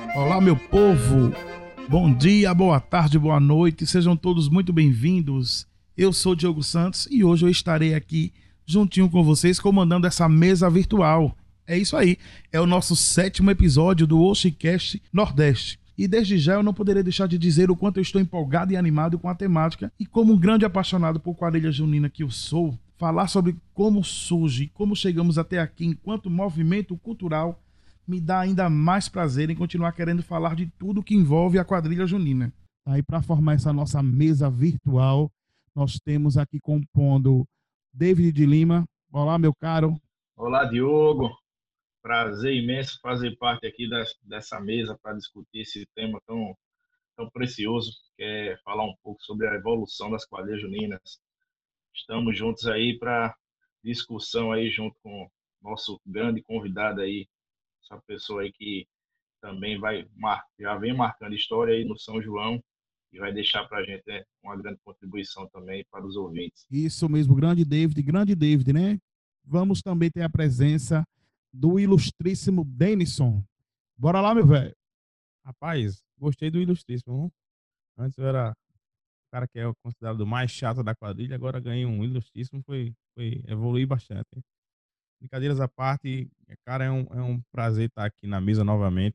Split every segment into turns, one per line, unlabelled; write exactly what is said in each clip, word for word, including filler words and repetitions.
Olá, meu povo! Bom dia, boa tarde, boa noite, sejam todos muito bem-vindos. Eu sou Diogo Santos e hoje eu estarei aqui juntinho com vocês comandando essa mesa virtual. É isso aí, é o nosso sétimo episódio do Oxicast Nordeste. E desde já eu não poderia deixar de dizer o quanto eu estou empolgado e animado com a temática e como um grande apaixonado por quadrilha junina que eu sou, falar sobre como surge e como chegamos até aqui enquanto movimento cultural me dá ainda mais prazer em continuar querendo falar de tudo que envolve a quadrilha junina. Aí, para formar essa nossa mesa virtual, nós temos aqui compondo David de Lima. Olá, meu caro.
Olá, Diogo. Prazer imenso fazer parte aqui das, dessa mesa para discutir esse tema tão, tão precioso, que é falar um pouco sobre a evolução das quadrilhas juninas. Estamos juntos aí para discussão aí junto com nosso grande convidado aí, essa pessoa aí que também vai mar, já vem marcando história aí no São João e vai deixar para a gente, né, uma grande contribuição também para os ouvintes.
Isso mesmo, grande David, grande David, né? Vamos também ter a presença do ilustríssimo Denison. Bora lá, meu velho.
Rapaz, gostei do ilustríssimo. Antes eu era o cara que é considerado o mais chato da quadrilha, agora ganhei um ilustríssimo, foi, foi evoluir bastante. Hein? Brincadeiras à parte, cara, é um, é um prazer estar aqui na mesa novamente.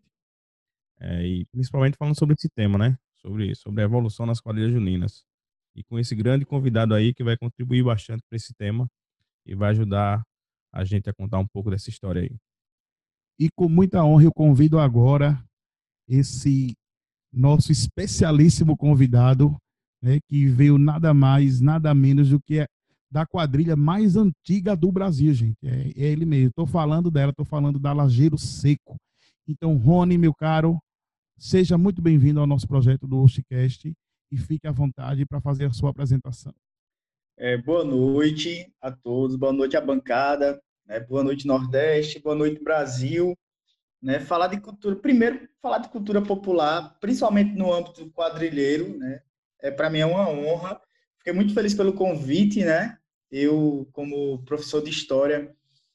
É, e principalmente falando sobre esse tema, né? Sobre, sobre a evolução das quadrilhas juninas. E com esse grande convidado aí que vai contribuir bastante para esse tema e vai ajudar a gente a contar um pouco dessa história aí.
E com muita honra eu convido agora esse nosso especialíssimo convidado, né, que veio nada mais, nada menos do que da quadrilha mais antiga do Brasil, gente. É, é ele mesmo. Estou falando dela, estou falando da Lajeiro Seco. Então, Rony, meu caro, seja muito bem-vindo ao nosso projeto do Oxicast e fique à vontade para fazer a sua apresentação.
É, boa noite a todos, boa noite à bancada, né? Boa noite Nordeste, boa noite Brasil. Né? Falar de cultura, primeiro, falar de cultura popular, principalmente no âmbito quadrilheiro, né? É, para mim é uma honra. Fiquei muito feliz pelo convite, né? Eu, como professor de História,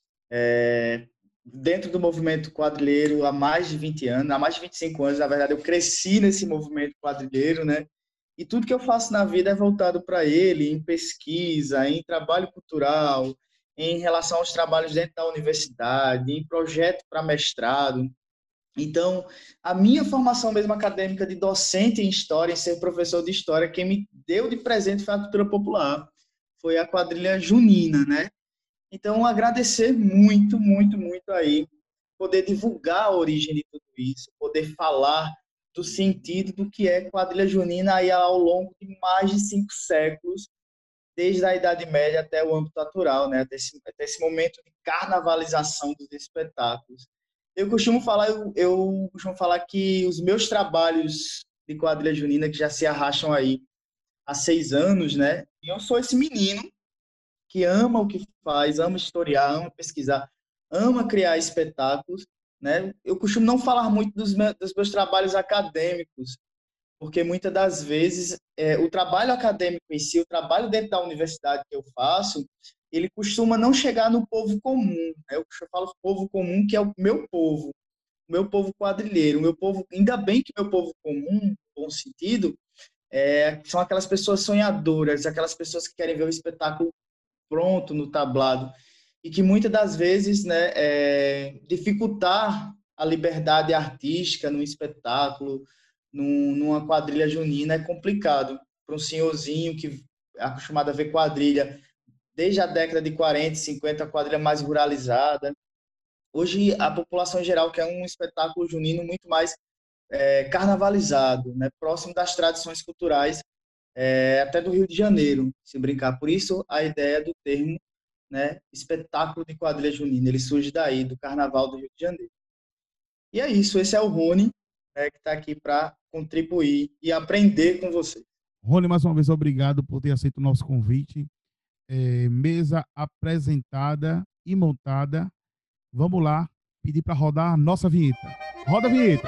é, dentro do movimento quadrilheiro há mais de vinte anos, há mais de vinte e cinco anos, na verdade, eu cresci nesse movimento quadrilheiro, né? E tudo que eu faço na vida é voltado para ele, em pesquisa, em trabalho cultural, em relação aos trabalhos dentro da universidade, em projeto para mestrado. Então, a minha formação mesmo acadêmica de docente em História, em ser professor de História, quem me deu de presente foi a cultura popular, foi a quadrilha junina, né? Então, agradecer muito, muito, muito aí, poder divulgar a origem de tudo isso, poder falar do sentido do que é quadrilha junina aí ao longo de mais de cinco séculos, desde a Idade Média até o âmbito natural, né? até, esse, até esse momento de carnavalização dos espetáculos. Eu costumo falar, eu, eu costumo falar que os meus trabalhos de quadrilha junina, que já se arrastam aí há seis anos, né? E eu sou esse menino que ama o que faz, ama historiar, ama pesquisar, ama criar espetáculos, né? Eu costumo não falar muito dos meus, dos meus trabalhos acadêmicos, porque muitas das vezes é, o trabalho acadêmico em si, o trabalho dentro da universidade que eu faço, ele costuma não chegar no povo comum, né? Eu falo povo comum, que é o meu povo, o meu povo quadrilheiro, o meu povo, ainda bem que meu povo comum, no bom sentido, é, são aquelas pessoas sonhadoras, aquelas pessoas que querem ver o espetáculo pronto no tablado, e que muitas das vezes, né, é, dificultar a liberdade artística no espetáculo, num, numa quadrilha junina é complicado. Para um senhorzinho que é acostumado a ver quadrilha desde a década de quarenta, cinquenta, a quadrilha mais ruralizada. Hoje, a população em geral quer um espetáculo junino muito mais é, carnavalizado, né, próximo das tradições culturais, é, até do Rio de Janeiro, se brincar. Por isso, a ideia do termo, né, espetáculo de quadrilha junina, ele surge daí, do Carnaval do Rio de Janeiro. E é isso, esse é o Rony, né, que está aqui para contribuir e aprender com você.
Rony, mais uma vez, obrigado por ter aceito o nosso convite. É, mesa apresentada e montada. Vamos lá, pedir para rodar a nossa vinheta. Roda a vinheta!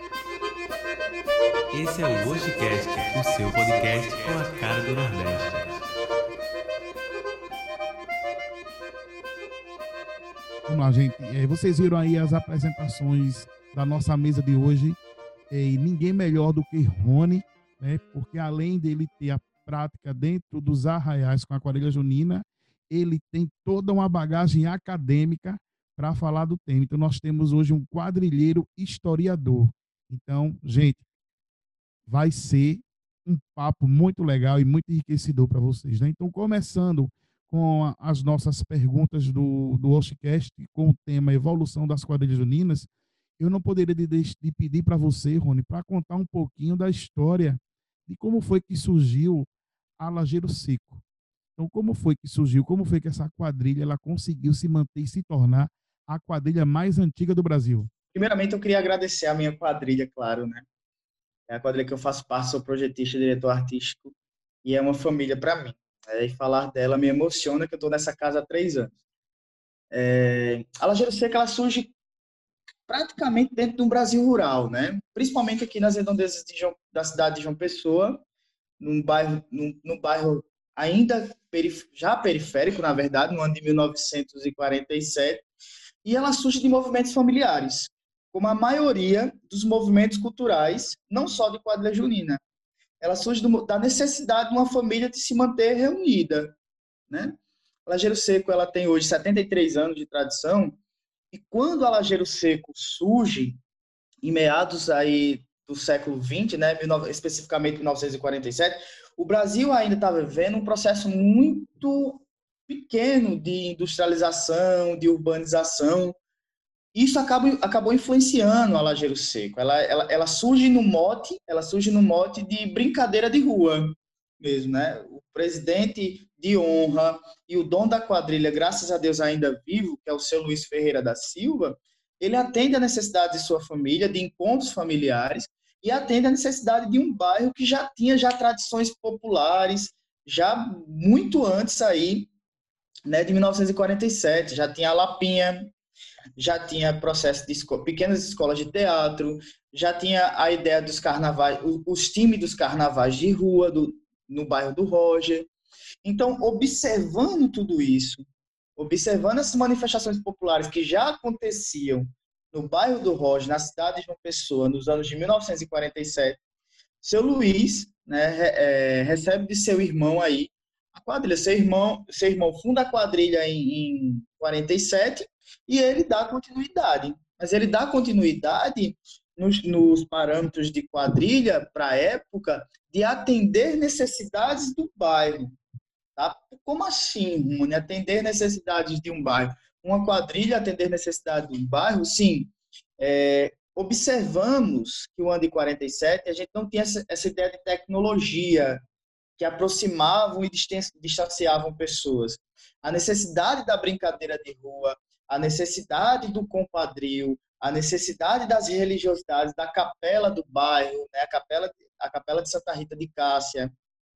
Esse é o Oxicast, o seu podcast com a cara do Nordeste.
Vamos lá, gente. É, vocês viram aí as apresentações da nossa mesa de hoje. e ninguém melhor do que Rony, né? Porque além dele ter a prática dentro dos arraiais com a quadrilha junina, ele tem toda uma bagagem acadêmica para falar do tema. Então, nós temos hoje um quadrilheiro historiador. Então, gente, vai ser um papo muito legal e muito enriquecedor para vocês, né? Então, começando com a, as nossas perguntas do, do Hostcast, com o tema Evolução das Quadrilhas Juninas, eu não poderia de, de pedir para você, Rony, para contar um pouquinho da história de como foi que surgiu a Lajeiro Seco. Então, como foi que surgiu, como foi que essa quadrilha ela conseguiu se manter e se tornar a quadrilha mais antiga do Brasil?
Primeiramente, eu queria agradecer a minha quadrilha, claro, né? É a quadrilha que eu faço parte, sou projetista, diretor artístico, e é uma família para mim. É, e falar dela me emociona, que eu estou nessa casa há três anos. É, a Lajeiro Seco, ela surge praticamente dentro de um Brasil rural, né? Principalmente aqui nas redondezas de João, da cidade de João Pessoa, num bairro, num, num bairro ainda perif já periférico, na verdade, no ano de mil novecentos e quarenta e sete, e ela surge de movimentos familiares, como a maioria dos movimentos culturais, não só de quadrilha junina. Ela surge do, da necessidade de uma família de se manter reunida, né? A Lajeiro Seco, ela tem hoje setenta e três anos de tradição, e quando a Lajeiro Seco surge, em meados aí do século vinte, né, especificamente mil novecentos e quarenta e sete, o Brasil ainda estava vivendo um processo muito pequeno de industrialização, de urbanização. Isso acaba, acabou influenciando a Lajeiro Seco. Ela, ela, ela surge no mote, ela surge no mote de brincadeira de rua mesmo, né? O presidente de honra e o dono da quadrilha, graças a Deus ainda vivo, que é o seu Luiz Ferreira da Silva, ele atende a necessidade de sua família, de encontros familiares, e atende a necessidade de um bairro que já tinha já tradições populares, já muito antes aí, né, de mil novecentos e quarenta e sete, já tinha a Lapinha, já tinha processo de esco- pequenas escolas de teatro, já tinha a ideia dos carnavais, os times dos carnavais de rua do, no bairro do Roger. Então, observando tudo isso, observando essas manifestações populares que já aconteciam no bairro do Roger, na cidade de João Pessoa, nos anos de mil novecentos e quarenta e sete, seu Luiz, né, é, recebe de seu irmão aí a quadrilha. Seu irmão, seu irmão funda a quadrilha em, em quarenta e sete e ele dá continuidade. Mas ele dá continuidade nos, nos parâmetros de quadrilha para a época de atender necessidades do bairro. Tá? Como assim, Rony? Atender necessidades de um bairro? Uma quadrilha atender necessidades de um bairro? Sim. É, observamos que o ano de quarenta e sete a gente não tinha essa, essa ideia de tecnologia que aproximavam e distanciavam pessoas. A necessidade da brincadeira de rua, a necessidade do compadril, a necessidade das religiosidades, da capela do bairro, né? a, capela, a capela de Santa Rita de Cássia,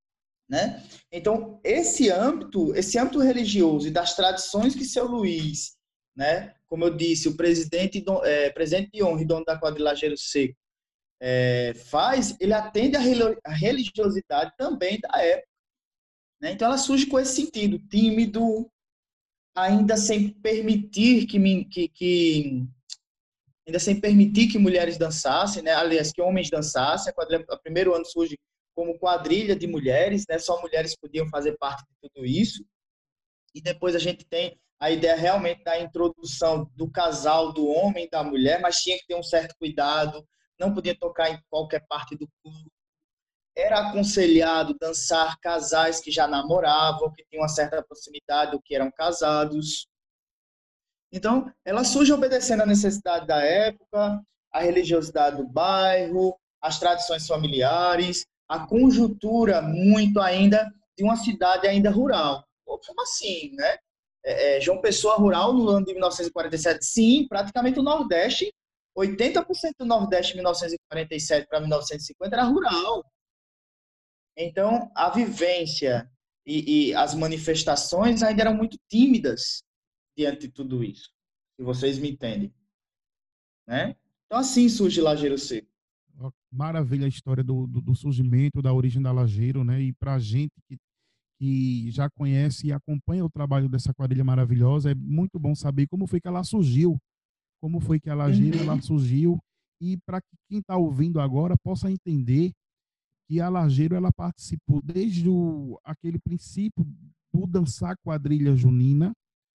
né? Então, esse âmbito, esse âmbito religioso e das tradições que seu Luiz, né? Como eu disse, o presidente, é, presidente de honra e dono da quadrilha Lajeiro Seco, é, faz, ele atende a religiosidade também da época, né? Então, ela surge com esse sentido, tímido, ainda sem permitir que, que, que ainda sem permitir que mulheres dançassem, né? Aliás, que homens dançassem. A quadrilha, o primeiro ano surge como quadrilha de mulheres, né? Só mulheres podiam fazer parte de tudo isso. E depois a gente tem a ideia realmente da introdução do casal, do homem e da mulher, mas tinha que ter um certo cuidado, não podia tocar em qualquer parte do corpo. Era aconselhado dançar casais que já namoravam, que tinham uma certa proximidade, ou que eram casados. Então, ela surge obedecendo à necessidade da época, a religiosidade do bairro, as tradições familiares, a conjuntura muito ainda de uma cidade ainda rural. Como assim, né? É, é, João Pessoa rural no ano de mil novecentos e quarenta e sete, sim, praticamente o Nordeste, oitenta por cento do Nordeste de mil novecentos e quarenta e sete para mil novecentos e cinquenta era rural. Então, a vivência e, e as manifestações ainda eram muito tímidas diante de tudo isso, se vocês me entendem, né? Então, assim surge Lajeiro Seco.
Maravilha a história do, do, do surgimento, da origem da Lajeiro, né? E para a gente que, que já conhece e acompanha o trabalho dessa quadrilha maravilhosa, é muito bom saber como foi que ela surgiu, como foi que a Lajeiro
Uhum.
ela surgiu e para que quem está ouvindo agora possa entender que a Lajeiro ela participou desde o, aquele princípio do dançar quadrilha junina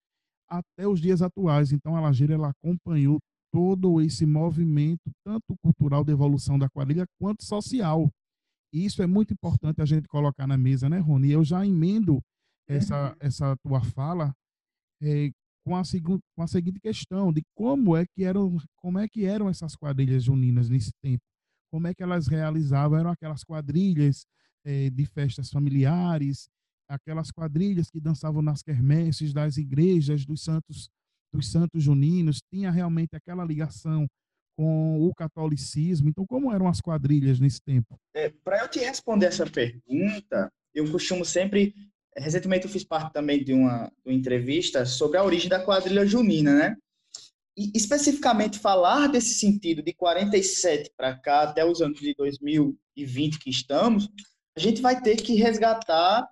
até os dias atuais. Então, a Lajeiro ela acompanhou todo esse movimento, tanto cultural de evolução da quadrilha, quanto social. E isso é muito importante a gente colocar na mesa, né, Rony? Eu já emendo essa, essa tua fala é, com, a segu, com a seguinte questão de como é que eram, como é que eram essas quadrilhas juninas nesse tempo. Como é que elas realizavam? Eram aquelas quadrilhas é, de festas familiares, aquelas quadrilhas que dançavam nas quermesses das igrejas, dos santos, dos santos juninos, tinha realmente aquela ligação com o catolicismo. Então, como eram as quadrilhas nesse tempo?
É, para eu te responder essa pergunta, eu costumo sempre... Recentemente eu fiz parte também de uma, de uma entrevista sobre a origem da quadrilha junina, né? E especificamente falar desse sentido de quarenta e sete para cá, até os anos de dois mil e vinte que estamos, a gente vai ter que resgatar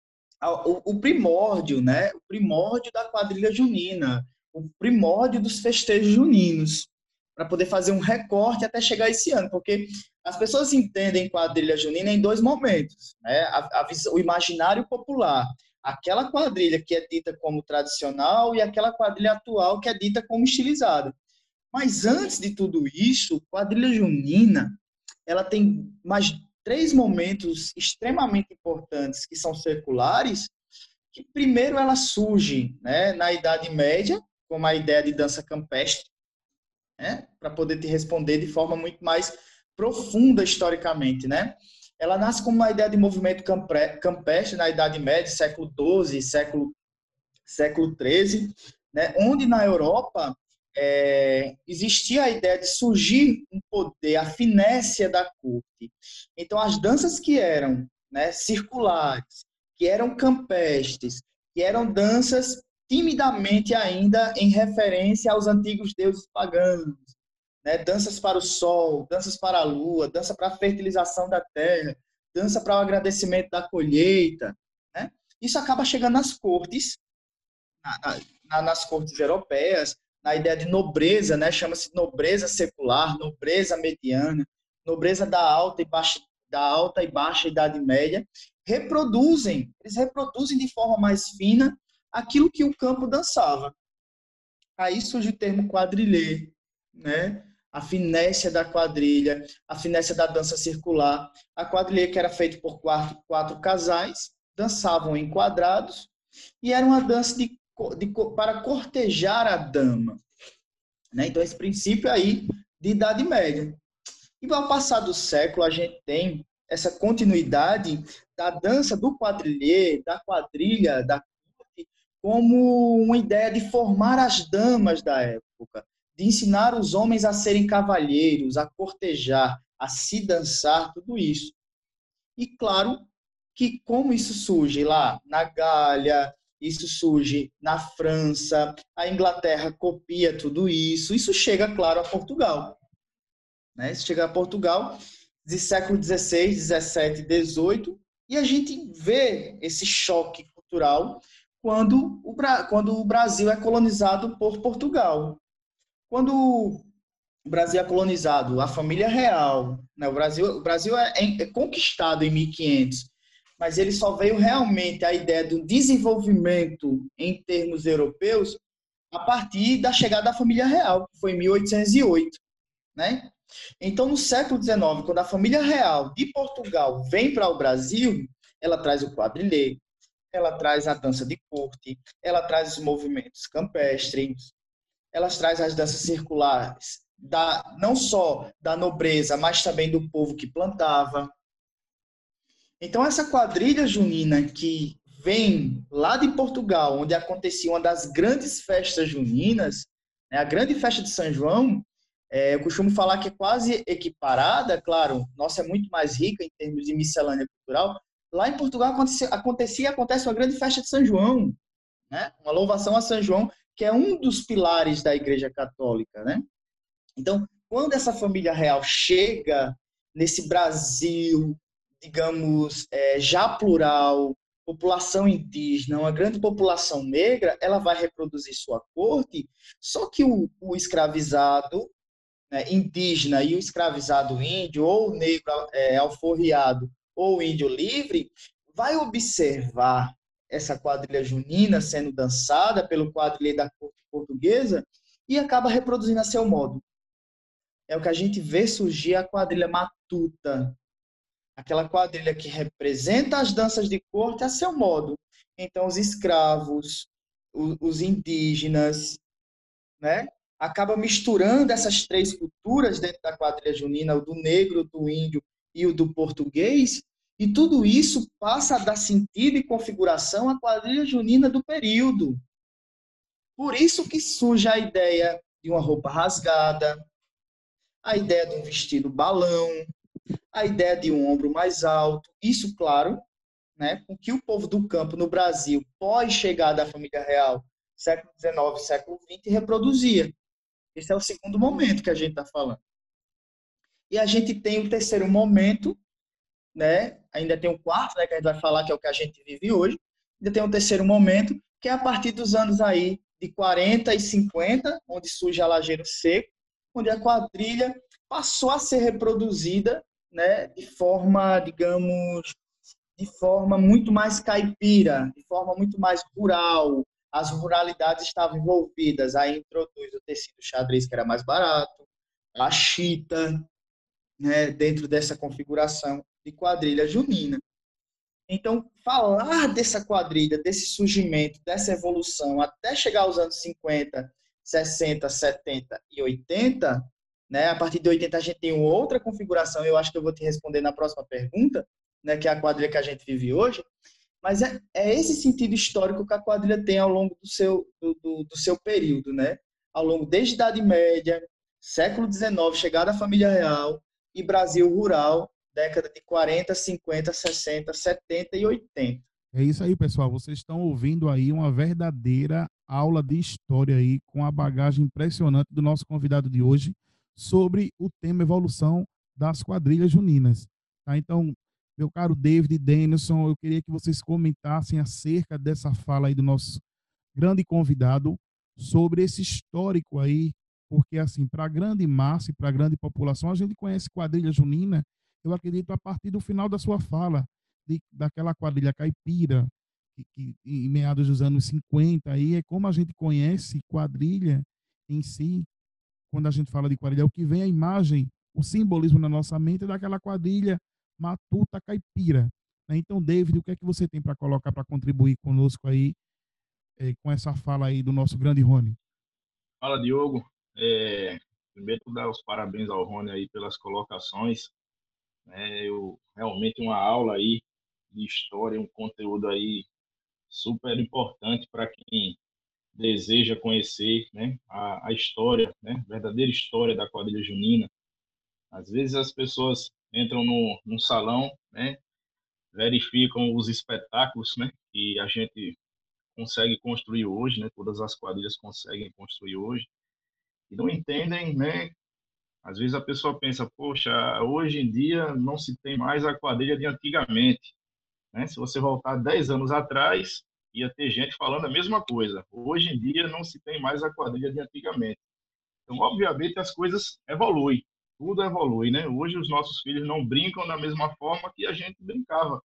o, o primórdio, né? O primórdio da quadrilha junina, o primórdio dos festejos juninos, para poder fazer um recorte até chegar esse ano, porque as pessoas entendem quadrilha junina em dois momentos, né? A, a, o imaginário popular, aquela quadrilha que é dita como tradicional e aquela quadrilha atual que é dita como estilizada. Mas antes de tudo isso, quadrilha junina, ela tem mais três momentos extremamente importantes que são seculares, que primeiro ela surge, né, na Idade Média, como a ideia de dança campestre, né, para poder te responder de forma muito mais profunda historicamente, né? Ela nasce como uma ideia de movimento campestre na Idade Média, século doze, século, século treze, né? Onde na Europa é, existia a ideia de surgir um poder, a finécia da corte. Então, as danças que eram, né, circulares, que eram campestres, que eram danças timidamente ainda em referência aos antigos deuses pagãos, né? Danças para o sol, danças para a lua, dança para a fertilização da terra, dança para o agradecimento da colheita, né? Isso acaba chegando nas cortes, na, na, nas cortes europeias, na ideia de nobreza, né? Chama-se nobreza secular, nobreza mediana, nobreza da alta e baixa, da alta e baixa Idade Média, reproduzem, eles reproduzem de forma mais fina aquilo que o campo dançava. Aí surge o termo quadrilhê, né? A finécia da quadrilha, a finécia da dança circular. A quadrilha que era feita por quatro, quatro casais, dançavam em quadrados, e era uma dança de, de, para cortejar a dama, né? Então, esse princípio aí de Idade Média. E ao passar do século, a gente tem essa continuidade da dança do quadrilhê, da quadrilha, da corte, como uma ideia de formar as damas da época, de ensinar os homens a serem cavalheiros, a cortejar, a se dançar, tudo isso. E claro que como isso surge lá na Gália, isso surge na França, a Inglaterra copia tudo isso, isso chega, claro, a Portugal. Né? Isso chega a Portugal de século dezesseis, dezessete, dezoito, e a gente vê esse choque cultural quando o, quando o Brasil é colonizado por Portugal. Quando o Brasil é colonizado, a família real, né? o Brasil, o Brasil é, é conquistado em mil e quinhentos, mas ele só veio realmente a ideia do desenvolvimento em termos europeus a partir da chegada da família real, que foi em mil oitocentos e oito. Né? Então, no século dezenove, quando a família real de Portugal vem para o Brasil, ela traz o quadrilhê, ela traz a dança de corte, ela traz os movimentos campestres, elas traz as danças circulares, da, não só da nobreza, mas também do povo que plantava. Então, essa quadrilha junina que vem lá de Portugal, onde acontecia uma das grandes festas juninas, né, a grande festa de São João, é, eu costumo falar que é quase equiparada, claro, nossa é muito mais rica em termos de miscelânea cultural. Lá em Portugal acontecia, acontecia e acontece uma grande festa de São João, né? Uma louvação a São João, que é um dos pilares da Igreja Católica, né? Então, quando essa família real chega nesse Brasil, digamos, é, já plural, população indígena, uma grande população negra, ela vai reproduzir sua corte, só que o, o escravizado, né, indígena e o escravizado índio, ou o negro é, alforriado, ou o índio livre, vai observar essa quadrilha junina sendo dançada pelo quadrilheiro da corte portuguesa e acaba reproduzindo a seu modo. É o que a gente vê surgir a quadrilha matuta, aquela quadrilha que representa as danças de corte a seu modo. Então, os escravos, os indígenas, né, acaba misturando essas três culturas dentro da quadrilha junina, o do negro, do índio e o do português, e tudo isso passa a dar sentido e configuração à quadrilha junina do período. Por isso que surge a ideia de uma roupa rasgada, a ideia de um vestido balão, a ideia de um ombro mais alto. Isso, claro, né, com que o povo do campo no Brasil, pós-chegada da família real, século dezenove, século vinte, reproduzia. Esse é o segundo momento que a gente está falando. E a gente tem o terceiro momento, né? Ainda tem o quarto, né, que a gente vai falar, que é o que a gente vive hoje. Ainda tem o terceiro momento, que é a partir dos anos aí de quarenta e cinquenta, onde surge a Lajeiro Seco, onde a quadrilha passou a ser reproduzida, né, de forma, digamos, de forma muito mais caipira, de forma muito mais rural. As ruralidades estavam envolvidas. Aí introduz o tecido xadrez, que era mais barato, a chita, né, dentro dessa configuração de quadrilha junina. Então, falar dessa quadrilha, desse surgimento, dessa evolução, até chegar aos anos cinquenta, sessenta, setenta e oitenta, né, a partir de oitenta a gente tem outra configuração, eu acho que eu vou te responder na próxima pergunta, né, que é a quadrilha que a gente vive hoje, mas é, é esse sentido histórico que a quadrilha tem ao longo do seu, do, do, do seu período, né? Ao longo desde a Idade Média, século dezenove, chegada à família real, e Brasil rural, década de quarenta, cinquenta, sessenta, setenta e oitenta.
É isso aí, pessoal. Vocês estão ouvindo aí uma verdadeira aula de história aí, com a bagagem impressionante do nosso convidado de hoje sobre o tema evolução das quadrilhas juninas. Tá? Então, meu caro David e Denilson, eu queria que vocês comentassem acerca dessa fala aí do nosso grande convidado sobre esse histórico aí, porque assim, para a grande massa e para a grande população, a gente conhece quadrilha junina, eu acredito, a partir do final da sua fala, de, daquela quadrilha caipira, que, que em meados dos anos cinquenta, aí é como a gente conhece quadrilha em si, quando a gente fala de quadrilha, é o que vem a imagem, o simbolismo na nossa mente é daquela quadrilha matuta caipira. Né? Então, David, o que é que você tem para colocar, para contribuir conosco aí, é, com essa fala aí do nosso grande Rony?
Fala, Diogo. É, primeiro, dar os parabéns ao Rony aí pelas colocações. É, eu, realmente uma aula aí de história, um conteúdo aí super importante para quem deseja conhecer, né, a, a história, né, a verdadeira história da quadrilha junina. Às vezes as pessoas entram no, no salão, né, verificam os espetáculos, né, que a gente consegue construir hoje, né, todas as quadrilhas conseguem construir hoje, e não entendem, né, às vezes a pessoa pensa, poxa, hoje em dia não se tem mais a quadrilha de antigamente, né? Se você voltar dez anos atrás, ia ter gente falando a mesma coisa. Hoje em dia não se tem mais a quadrilha de antigamente. Então, obviamente, as coisas evoluem, tudo evolui, né? Hoje os nossos filhos não brincam da mesma forma que a gente brincava.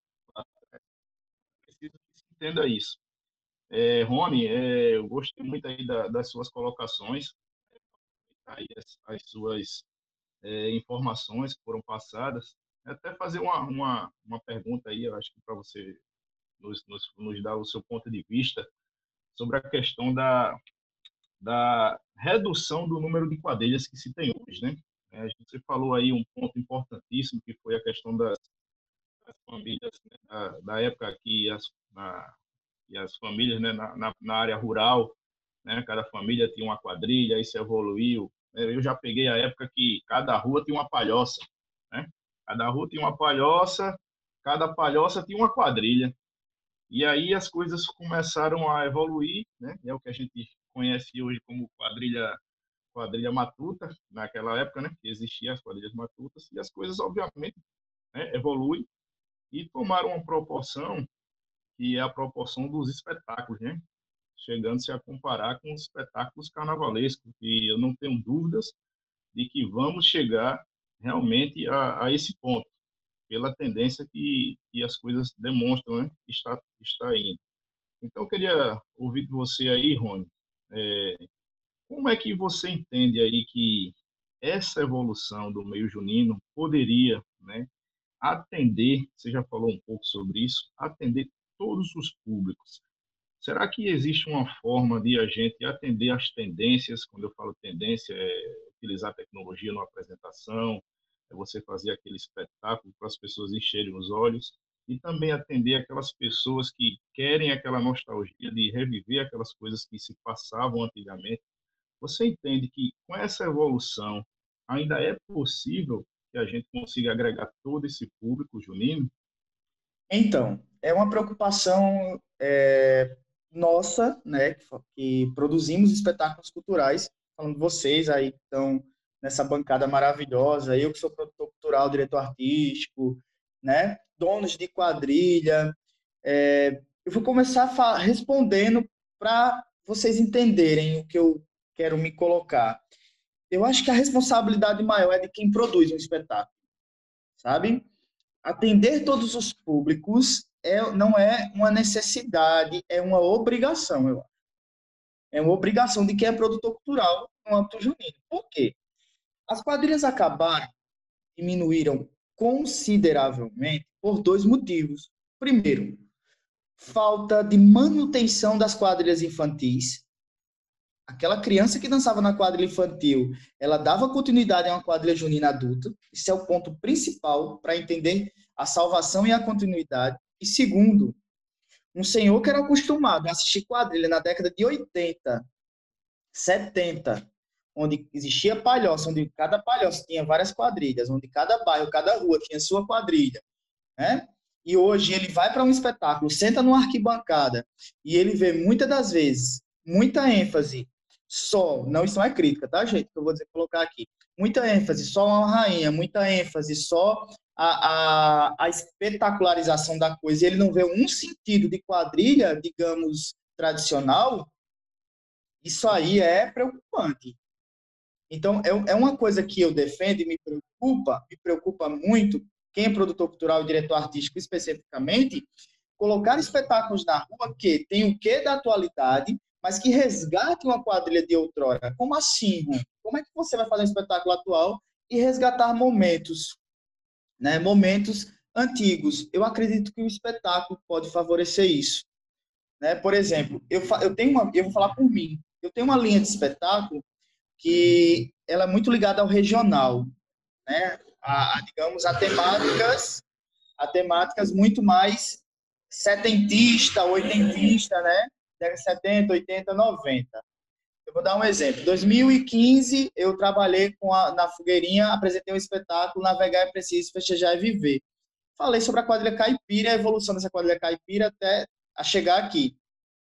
Preciso que se entenda isso. É, Rony, é, eu gostei muito aí da, das suas colocações, aí as, as suas é, informações que foram passadas. Até fazer uma, uma, uma pergunta aí, eu acho que para você nos, nos, nos dar o seu ponto de vista sobre a questão da, da redução do número de quadrilhas que se tem hoje, né? É, a gente falou aí um ponto importantíssimo, que foi a questão das, das famílias, né? da, da época que as, na, que as famílias, né, na, na, na área rural, né, cada família tinha uma quadrilha, isso evoluiu. Eu já peguei a época que cada rua tinha uma palhoça, né? Cada rua tinha uma palhoça, cada palhoça tinha uma quadrilha. E aí as coisas começaram a evoluir, né? É o que a gente conhece hoje como quadrilha, quadrilha matuta, naquela época, né? Que existiam as quadrilhas matutas, e as coisas, obviamente, né, evoluem e tomaram uma proporção que é a proporção dos espetáculos, né? Chegando-se a comparar com os espetáculos carnavalescos, e eu não tenho dúvidas de que vamos chegar realmente a, a esse ponto, pela tendência que, que as coisas demonstram, né, que está, está indo. Então, eu queria ouvir de você aí, Rony, é, como é que você entende aí que essa evolução do meio junino poderia, né, atender, você já falou um pouco sobre isso, atender todos os públicos? Será que existe uma forma de a gente atender às tendências? Quando eu falo tendência, é utilizar tecnologia numa apresentação, é você fazer aquele espetáculo para as pessoas encherem os olhos e também atender aquelas pessoas que querem aquela nostalgia de reviver aquelas coisas que se passavam antigamente. Você entende que com essa evolução ainda é possível que a gente consiga agregar todo esse público junino?
Então, é uma preocupação é, nossa, né, que, que produzimos espetáculos culturais, falando de vocês aí que estão nessa bancada maravilhosa, eu que sou produtor cultural, diretor artístico, né, donos de quadrilha. É, eu vou começar respondendo para vocês entenderem o que eu quero me colocar. Eu acho que a responsabilidade maior é de quem produz um espetáculo, sabe? Atender todos os públicos é, não é uma necessidade, é uma obrigação, eu acho. É uma obrigação de quem é produtor cultural no âmbito junino. Por quê? As quadrilhas acabaram, diminuíram consideravelmente por dois motivos. Primeiro, falta de manutenção das quadrilhas infantis. Aquela criança que dançava na quadrilha infantil, ela dava continuidade a uma quadrilha junina adulta. Esse é o ponto principal para entender a salvação e a continuidade. E segundo, um senhor que era acostumado a assistir quadrilha na década de oitenta, setenta, onde existia palhoça, onde cada palhoça tinha várias quadrilhas, onde cada bairro, cada rua tinha sua quadrilha, né? E hoje ele vai para um espetáculo, senta numa arquibancada e ele vê muitas das vezes muita ênfase só, não, isso não é crítica, tá, gente? Que eu vou dizer, colocar aqui. Muita ênfase só uma rainha, muita ênfase só a, a, a espetacularização da coisa, e ele não vê um sentido de quadrilha, digamos, tradicional. Isso aí é preocupante. Então, é, é uma coisa que eu defendo e me preocupa, me preocupa muito, quem é produtor cultural e diretor artístico especificamente, colocar espetáculos na rua que tem o quê da atualidade, mas que resgate uma quadrilha de outrora. Como assim, Ru? Como é que você vai fazer um espetáculo atual e resgatar momentos, né, momentos antigos? Eu acredito que o espetáculo pode favorecer isso. Né? Por exemplo, eu, eu, tenho uma, eu vou falar por mim, eu tenho uma linha de espetáculo que ela é muito ligada ao regional, né? a, a, digamos, a temáticas, a temáticas muito mais setentista, oitentista, né? Década de setenta, oitenta, noventa. Eu vou dar um exemplo. Em dois mil e quinze, eu trabalhei com a, na Fogueirinha, apresentei um espetáculo, Navegar é Preciso, Festejar é Viver. Falei sobre a quadrilha caipira, a evolução dessa quadrilha caipira até a chegar aqui.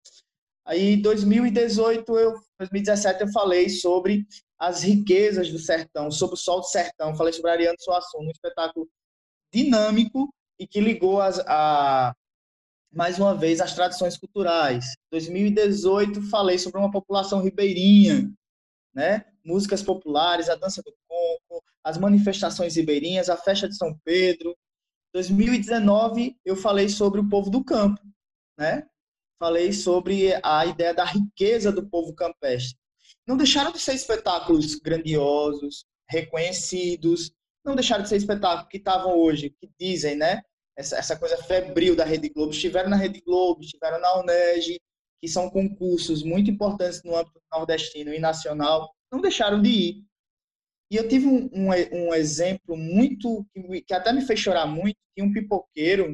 Aí, em dois mil e dezoito, eu, dois mil e dezessete, eu falei sobre as riquezas do sertão, sobre o sol do sertão. Falei sobre Ariano Suassuna, um espetáculo dinâmico e que ligou as, a mais uma vez, as tradições culturais. Em dois mil e dezoito, falei sobre uma população ribeirinha, né? Músicas populares, a dança do coco, as manifestações ribeirinhas, a festa de São Pedro. Em dois mil e dezenove, eu falei sobre o povo do campo, né? Falei sobre a ideia da riqueza do povo campestre. Não deixaram de ser espetáculos grandiosos, reconhecidos, não deixaram de ser espetáculos que estavam hoje, que dizem, né? Essa, essa coisa febril da Rede Globo, estiveram na Rede Globo, estiveram na UNEG, que são concursos muito importantes no âmbito nordestino e nacional, não deixaram de ir. E eu tive um, um, um exemplo muito, que, que até me fez chorar muito, de um pipoqueiro,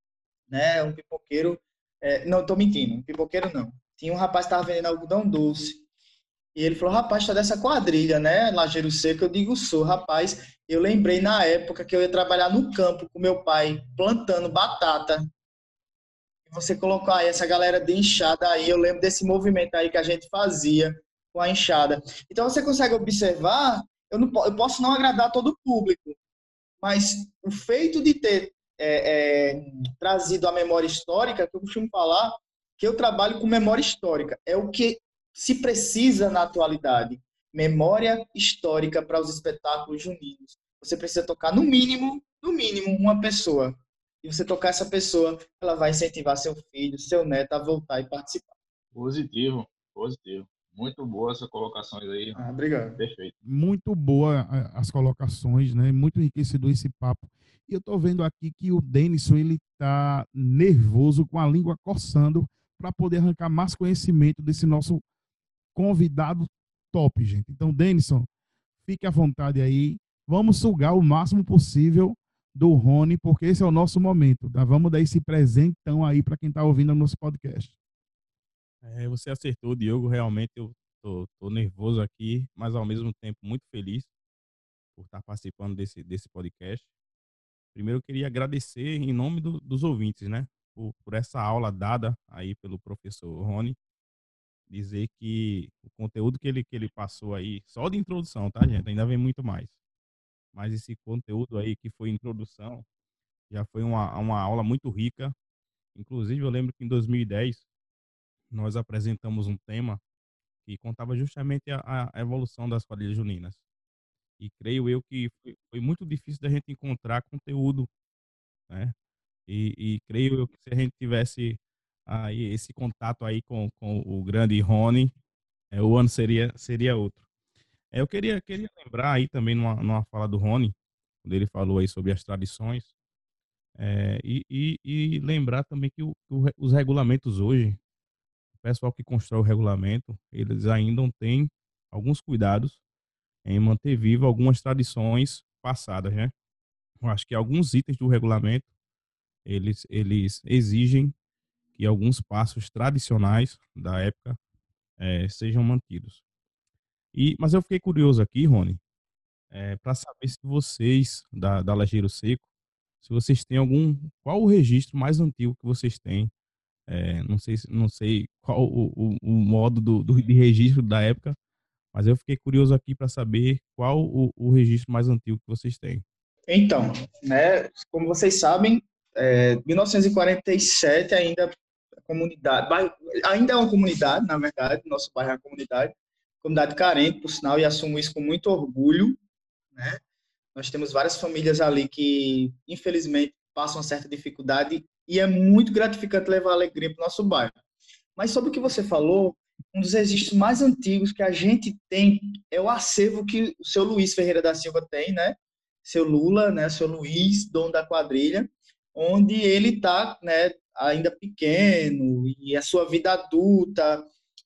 né, um pipoqueiro, é, não, estou mentindo, um pipoqueiro não, tinha um rapaz que estava vendendo algodão doce, e ele falou, rapaz, tá dessa quadrilha, né, Lajeiro Seco? Eu digo, sou, rapaz. Eu lembrei na época que eu ia trabalhar no campo com meu pai, plantando batata. E você colocou aí essa galera de enxada aí, eu lembro desse movimento aí que a gente fazia com a enxada. Então você consegue observar, eu, não, eu posso não agradar todo o público, mas o feito de ter é, é, trazido a memória histórica, que eu costumo falar, que eu trabalho com memória histórica, é o que se precisa na atualidade. memória histórica para os espetáculos juninos. Você precisa tocar no mínimo, no mínimo, uma pessoa. E você tocar essa pessoa, ela vai incentivar seu filho, seu neto a voltar e participar.
Positivo, positivo. Muito boa essa colocações aí.
Ah, obrigado.
Perfeito.
Muito boa a- as colocações, né? Muito enriquecedor esse papo. E eu tô vendo aqui que o Denison, ele tá nervoso, com a língua coçando, para poder arrancar mais conhecimento desse nosso convidado top, gente. Então, Denison, fique à vontade aí. Vamos sugar o máximo possível do Rony, porque esse é o nosso momento. Tá? Vamos dar esse presentão aí para quem tá ouvindo o nosso podcast.
É, você acertou, Diogo. Realmente eu tô, tô nervoso aqui, mas ao mesmo tempo muito feliz por estar participando desse, desse podcast. Primeiro eu queria agradecer em nome do, dos ouvintes, né? Por, por essa aula dada aí pelo professor Rony. Dizer que o conteúdo que ele, que ele passou aí, só de introdução, tá, gente? Ainda vem muito mais. Mas esse conteúdo aí que foi introdução, já foi uma, uma aula muito rica. Inclusive, eu lembro que em dois mil e dez, nós apresentamos um tema que contava justamente a, a evolução das quadrilhas juninas. E creio eu que foi, foi muito difícil da gente encontrar conteúdo, né? E, e creio eu que se a gente tivesse aí esse contato aí com, com o grande Rony, é, o ano seria, seria outro. É, eu queria, queria lembrar aí também numa, numa fala do Rony, quando ele falou aí sobre as tradições, é, e, e, e lembrar também que o, o, os regulamentos hoje, o pessoal que constrói o regulamento, eles ainda têm alguns cuidados em manter vivo algumas tradições passadas, né? Eu acho que alguns itens do regulamento, eles, eles exigem que alguns passos tradicionais da época é, sejam mantidos. E, mas eu fiquei curioso aqui, Rony, é, para saber se vocês, da, da Lajeiro Seco, se vocês têm algum, qual o registro mais antigo que vocês têm. É, não sei, se- não sei qual o, o, o modo do, do, de registro da época, mas eu fiquei curioso aqui para saber qual o, o registro mais antigo que vocês têm.
Então, né, como vocês sabem, é, mil novecentos e quarenta e sete ainda a comunidade, bairro- ainda é uma comunidade, na verdade, nosso bairro é uma comunidade, comunidade carente, por sinal, e assumo isso com muito orgulho, né? Nós temos várias famílias ali que, infelizmente, passam uma certa dificuldade e é muito gratificante levar alegria para o nosso bairro. Mas sobre o que você falou, um dos registros mais antigos que a gente tem é o acervo que o seu Luiz Ferreira da Silva tem, né? Seu Lula, né? Seu Luiz, dono da quadrilha, onde ele está, né, ainda pequeno e a sua vida adulta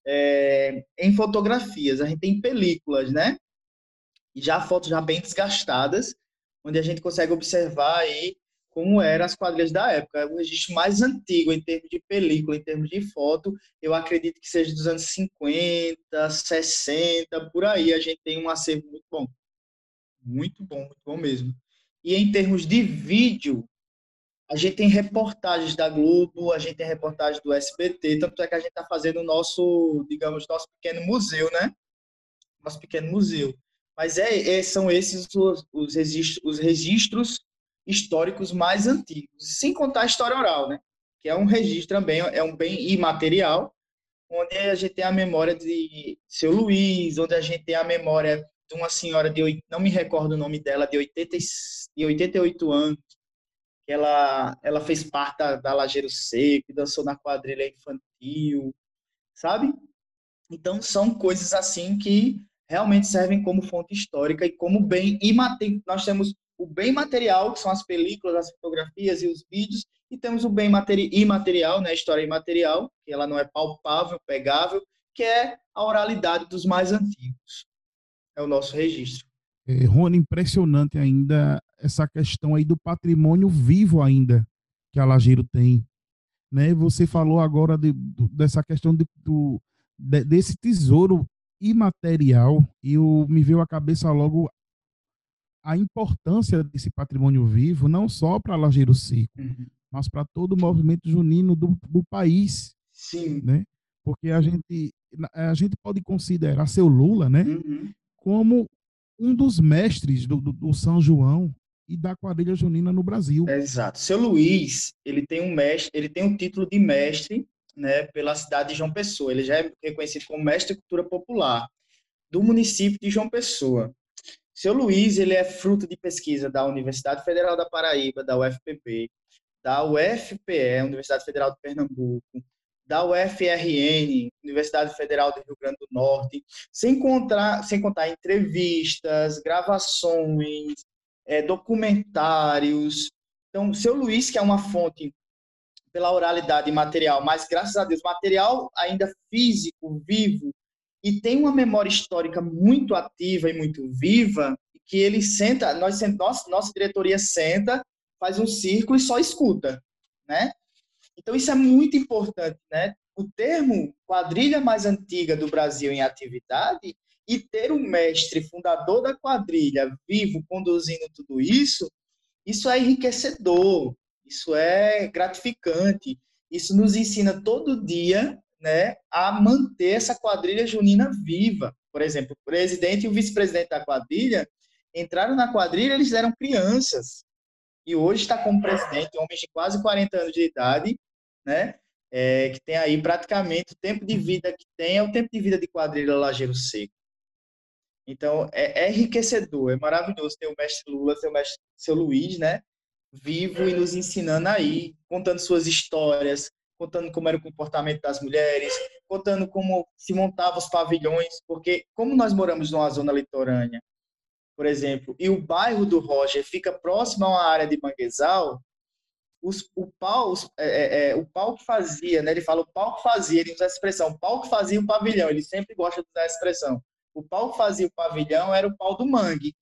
é, em fotografias. A gente tem películas, né? E já fotos já bem desgastadas, onde a gente consegue observar aí como eram as quadrilhas da época. O registro mais antigo em termos de película, em termos de foto, eu acredito que seja dos anos cinquenta, sessenta, por aí a gente tem um acervo muito bom. Muito bom, muito bom mesmo. E em termos de vídeo, a gente tem reportagens da Globo, a gente tem reportagens do S B T, tanto é que a gente está fazendo o nosso, digamos, nosso pequeno museu, né? Nosso pequeno museu. Mas é, é, são esses os, os, registros, os registros históricos mais antigos, sem contar a história oral, né? Que é um registro também, é um bem imaterial, onde a gente tem a memória de seu Luiz, onde a gente tem a memória de uma senhora de, oit- não me recordo o nome dela, de, oitenta, e- de oitenta e oito anos, que ela, ela fez parte da, da Lajeiro Seco, que dançou na quadrilha infantil, sabe? Então, são coisas assim que realmente servem como fonte histórica e como bem imaterial. Nós temos o bem material, que são as películas, as fotografias e os vídeos, e temos o bem materi imaterial, né, a história imaterial, que ela não é palpável, pegável, que é a oralidade dos mais antigos. É o nosso registro.
É, Rony, impressionante ainda essa questão aí do patrimônio vivo ainda que a Lajeiro tem, né? Você falou agora de, do- dessa questão de, do, de- desse tesouro imaterial e o, me veio à cabeça logo a importância desse patrimônio vivo, não só para Lajeiro Seco,
Uhum.
mas para todo o movimento junino do, do país,
Sim.
né? Porque a gente, a gente pode considerar seu Lula, né?
Uhum.
Como um dos mestres do, do, do São João e da quadrilha junina no Brasil.
Exato. Seu Luiz, ele tem um mestre, ele tem um título de mestre, né, pela cidade de João Pessoa. Ele já é reconhecido como mestre de cultura popular. do município de João Pessoa. Seu Luiz, ele é fruto de pesquisa da Universidade Federal da Paraíba, da U F P B, da U F P E, Universidade Federal de Pernambuco, da U F R N, Universidade Federal do Rio Grande do Norte, sem contar, sem contar entrevistas, gravações, é, documentários. Então, seu Luiz, que é uma fonte pela oralidade material, mas, graças a Deus, material ainda físico, vivo, e tem uma memória histórica muito ativa e muito viva, que ele senta, nós, nossa, nossa diretoria senta, faz um círculo e só escuta, né? Então, isso é muito importante, né? O termo quadrilha mais antiga do Brasil em atividade e ter um mestre fundador da quadrilha vivo conduzindo tudo isso, isso é enriquecedor, isso é gratificante, isso nos ensina todo dia, né, a manter essa quadrilha junina viva. Por exemplo, o presidente e o vice-presidente da quadrilha entraram na quadrilha, eles eram crianças, e hoje está como presidente, homens de quase quarenta anos de idade, né, é, que tem aí praticamente o tempo de vida que tem, é o tempo de vida de quadrilha Lajeiro Seco. Então, é, é enriquecedor, é maravilhoso ter o mestre Lula, ter o mestre seu Luiz, né, vivo e nos ensinando aí, contando suas histórias, contando como era o comportamento das mulheres, contando como se montavam os pavilhões, porque como nós moramos numa zona litorânea, por exemplo, e o bairro do Roger fica próximo a uma área de manguezal, os, o, pau, é, é, o pau que fazia, né, ele fala o pau que fazia, ele usa a expressão, o pau que fazia o pavilhão, ele sempre gosta de usar a expressão, o pau que fazia o pavilhão era o pau do mangue.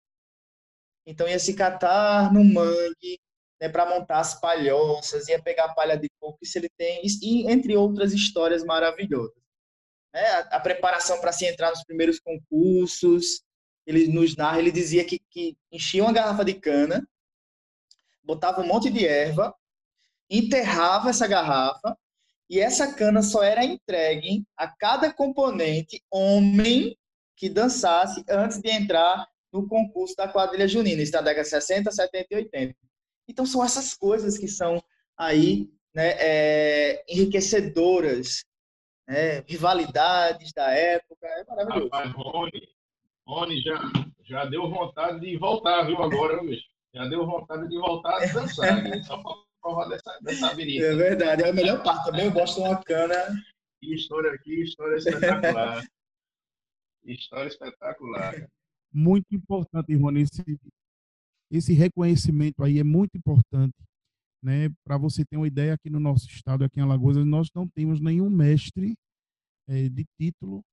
Então ia se catar no mangue, né, para montar as palhoças, ia pegar palha de coco, isso ele tem, e entre outras histórias maravilhosas. Né? A, a preparação para se entrar nos primeiros concursos, ele nos narra, ele dizia que, que enchia uma garrafa de cana, botava um monte de erva, enterrava essa garrafa, e essa cana só era entregue a cada componente homem que dançasse antes de entrar no concurso da quadrilha junina, isso na década de sessenta, setenta e oitenta. Então, são essas coisas que são aí, né, é, enriquecedoras, né, rivalidades da época, é maravilhoso.
Rapaz, Rony, Rony já, já deu vontade de voltar, viu, agora, bicho? Já deu vontade de voltar a dançar, né? Só para provar dessa, dessa habilidade.
É verdade, é a melhor parte também, eu gosto de uma cana.
Que história aqui, história espetacular. História espetacular.
Muito importante, Rony, esse, esse reconhecimento aí é muito importante, né? Para você ter uma ideia, aqui no nosso estado, aqui em Alagoas, nós não temos nenhum mestre é, de título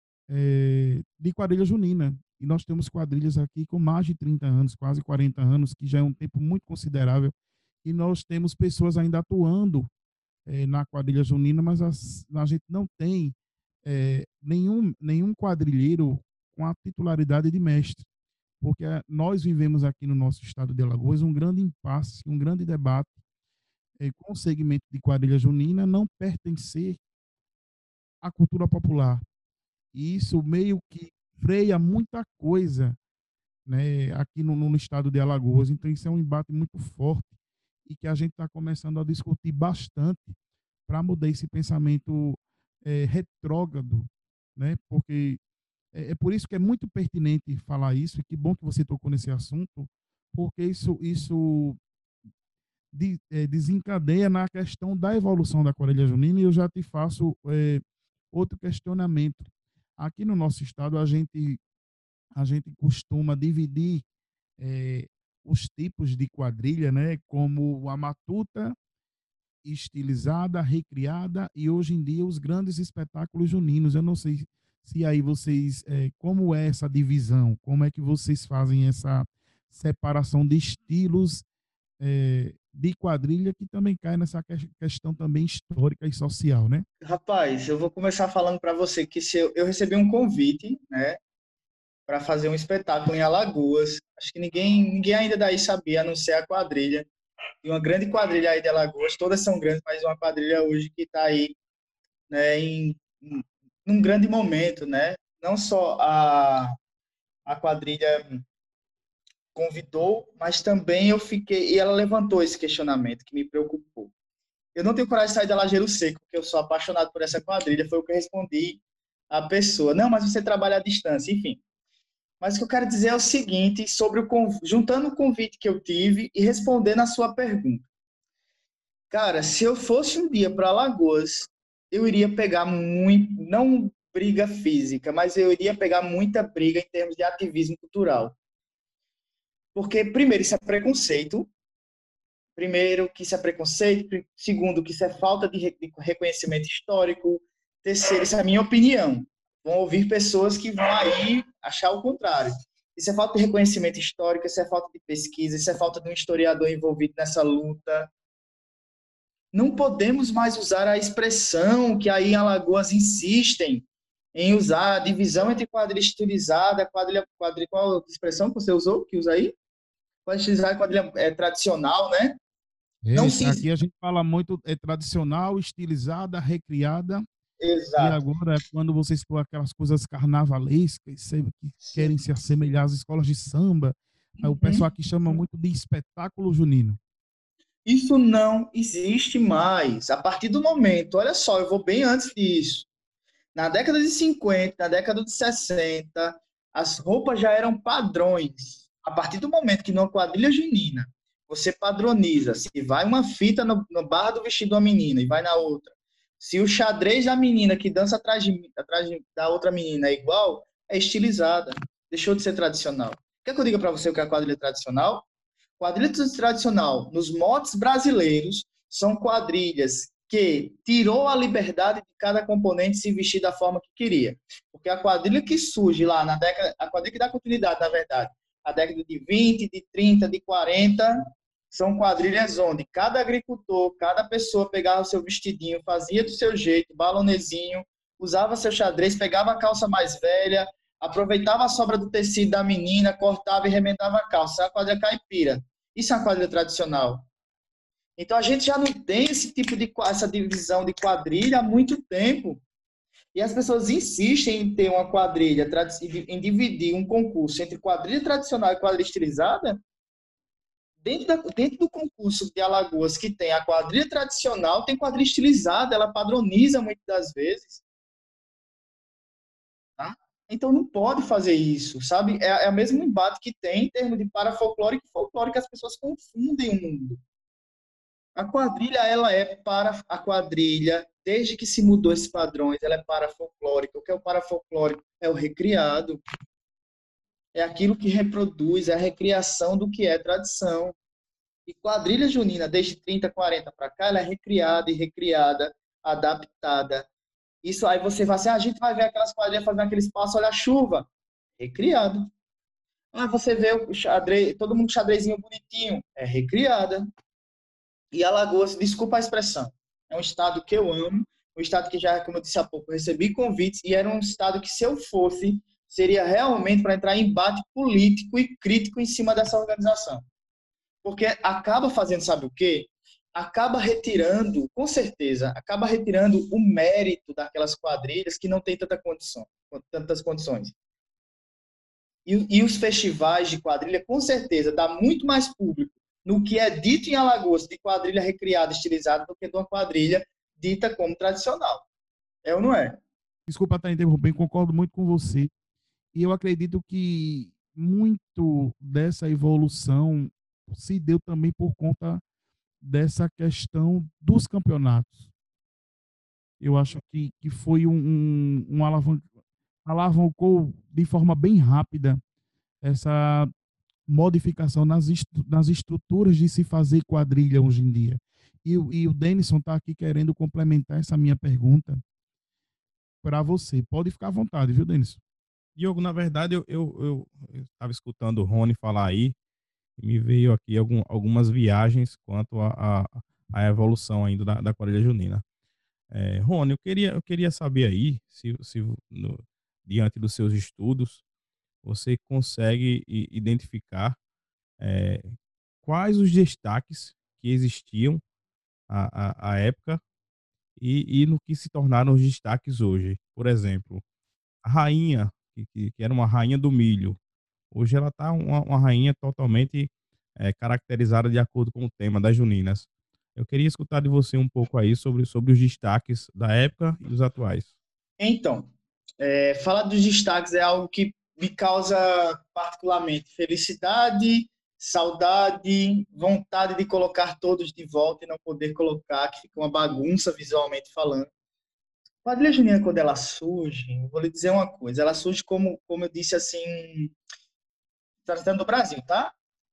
é, de quadrilha junina. E nós temos quadrilhas aqui com mais de trinta anos, quase quarenta anos, que já é um tempo muito considerável. E nós temos pessoas ainda atuando é, na quadrilha junina, mas as, a gente não tem é, nenhum, nenhum quadrilheiro com a titularidade de mestre, porque nós vivemos aqui no nosso estado de Alagoas um grande impasse, um grande debate é, com o segmento de quadrilha junina não pertencer à cultura popular. E isso meio que freia muita coisa, né, aqui no, no estado de Alagoas. Então, isso é um embate muito forte e que a gente está começando a discutir bastante para mudar esse pensamento é, retrógrado, né, porque é, é por isso que é muito pertinente falar isso, e que bom que você tocou nesse assunto, porque isso, isso de, é, desencadeia na questão da evolução da quadrilha junina, e eu já te faço é, outro questionamento. Aqui no nosso estado, a gente, a gente costuma dividir é, os tipos de quadrilha, né, como a matuta, estilizada, recriada, e hoje em dia os grandes espetáculos juninos. Eu não sei se aí vocês, é, como é essa divisão, como é que vocês fazem essa separação de estilos é, de quadrilha, que também cai nessa questão também histórica e social, né?
Rapaz, eu vou começar falando para você que se eu, eu recebi um convite, né, para fazer um espetáculo em Alagoas. Acho que ninguém, ninguém ainda daí sabia, a não ser a quadrilha. E uma grande quadrilha aí de Alagoas, todas são grandes, mas uma quadrilha hoje que está aí, né, em, em num grande momento, né? Não só a, a quadrilha convidou, mas também eu fiquei, e ela levantou esse questionamento que me preocupou. Eu não tenho coragem de sair da Lajeiro Seco, porque eu sou apaixonado por essa quadrilha, foi o que eu respondi a pessoa. Não, mas você trabalha à distância, enfim. Mas o que eu quero dizer é o seguinte, sobre o conv... juntando o convite que eu tive e respondendo a sua pergunta. Cara, se eu fosse um dia para Alagoas, eu iria pegar muito, não briga física, mas eu iria pegar muita briga em termos de ativismo cultural. Porque, primeiro, isso é preconceito. Primeiro, que isso é preconceito. Segundo, que isso é falta de, re... de reconhecimento histórico. Terceiro, isso é a minha opinião. Vão ouvir pessoas que vão aí achar o contrário. Isso é falta de reconhecimento histórico, isso é falta de pesquisa, isso é falta de um historiador envolvido nessa luta. Não podemos mais usar a expressão que aí em Alagoas insistem em usar, a divisão entre quadrilha estilizada, quadrilha, quadrilha, qual a expressão que você usou, que usa aí? Quadrilha estilizada e quadrilha é, tradicional, né? Não
É,
se...
aqui a gente fala muito é tradicional, estilizada, recriada. E
Exato.
agora, é quando você expõe aquelas coisas carnavalescas, sabe, que querem se assemelhar às escolas de samba, aí o pessoal
Uhum.
aqui chama muito de espetáculo junino.
Isso não existe mais. A partir do momento, olha só, eu vou bem antes disso. Na década de cinquenta, na década de sessenta, as roupas já eram padrões. A partir do momento que numa quadrilha junina você padroniza, se vai uma fita no, no barra do vestido da menina e vai na outra, se o xadrez da menina que dança atrás, de, atrás de, da outra menina é igual, é estilizada. Deixou de ser tradicional. Quer que eu diga para você o que é a quadrilha tradicional? Quadrilha tradicional, nos motes brasileiros, são quadrilhas que tirou a liberdade de cada componente se vestir da forma que queria. Porque a quadrilha que surge lá na década, a quadrilha que dá continuidade, na verdade, a década de vinte, de trinta, de quarenta, são quadrilhas onde cada agricultor, cada pessoa pegava o seu vestidinho, fazia do seu jeito, balonezinho, usava seu xadrez, pegava a calça mais velha, aproveitava a sobra do tecido da menina, cortava e remendava a calça. É a quadrilha caipira. Isso é uma quadrilha tradicional. Então a gente já não tem esse tipo de essa divisão de quadrilha há muito tempo. E as pessoas insistem em ter uma quadrilha, em dividir um concurso entre quadrilha tradicional e quadrilha estilizada. Dentro, da, dentro do concurso de Alagoas que tem a quadrilha tradicional, tem quadrilha estilizada, ela padroniza muitas das vezes. Tá? Então não pode fazer isso, sabe? É, é o mesmo embate que tem em termos de parafolclórico e folclórico, que as pessoas confundem o mundo. A quadrilha, ela é para a quadrilha, desde que se mudou esses padrões, ela é parafolclórica. O que é o parafolclórico? É o recriado. É aquilo que reproduz, é a recriação do que é tradição. E quadrilha junina, desde trinta, quarenta para cá, ela é recriada e recriada, adaptada. Isso aí você vai assim, ah, a gente vai ver aquelas quadrilhas fazendo aqueles passos, olha a chuva. Recriado. Ah, você vê o xadrez, todo mundo xadrezinho bonitinho. É recriada. E Alagoas, desculpa a expressão, é um estado que eu amo, um estado que já, como eu disse há pouco, eu recebi convites, e era um estado que, se eu fosse, seria realmente para entrar em embate político e crítico em cima dessa organização. Porque acaba fazendo, sabe o quê? Acaba retirando, com certeza, acaba retirando o mérito daquelas quadrilhas que não têm tanta condição, tantas condições. E, e os festivais de quadrilha, com certeza, dá muito mais público no que é dito em Alagoas de quadrilha recriada, estilizada, do que de uma quadrilha dita como tradicional. É ou não é?
Desculpa estar interrompendo, concordo muito com você. E eu acredito que muito dessa evolução se deu também por conta dessa questão dos campeonatos. Eu acho que, que foi um, um, um alavan alavancou de forma bem rápida essa modificação nas, estru nas estruturas de se fazer quadrilha hoje em dia. E, e o Denison está aqui querendo complementar essa minha pergunta para você. Pode ficar à vontade, viu, Denison?
Diogo, na verdade, eu eu estava escutando o Rony falar aí, e me veio aqui algum, algumas viagens quanto à a, a, a evolução ainda da, da quadrilha junina. É, Rony, eu queria, eu queria saber aí, se, se no, diante dos seus estudos, você consegue identificar é, quais os destaques que existiam à, à, à época e, e no que se tornaram os destaques hoje. Por exemplo, a rainha, que, que, que era uma rainha do milho, hoje ela está uma, uma rainha totalmente é, caracterizada de acordo com o tema das juninas. Eu queria escutar de você um pouco aí sobre, sobre os destaques da época e dos atuais.
Então, É, falar dos destaques é algo que me causa particularmente felicidade, saudade, vontade de colocar todos de volta e não poder colocar, que fica uma bagunça visualmente falando. A quadrilha junina, quando ela surge, eu vou lhe dizer uma coisa, ela surge como, como eu disse assim, tratando do Brasil, tá?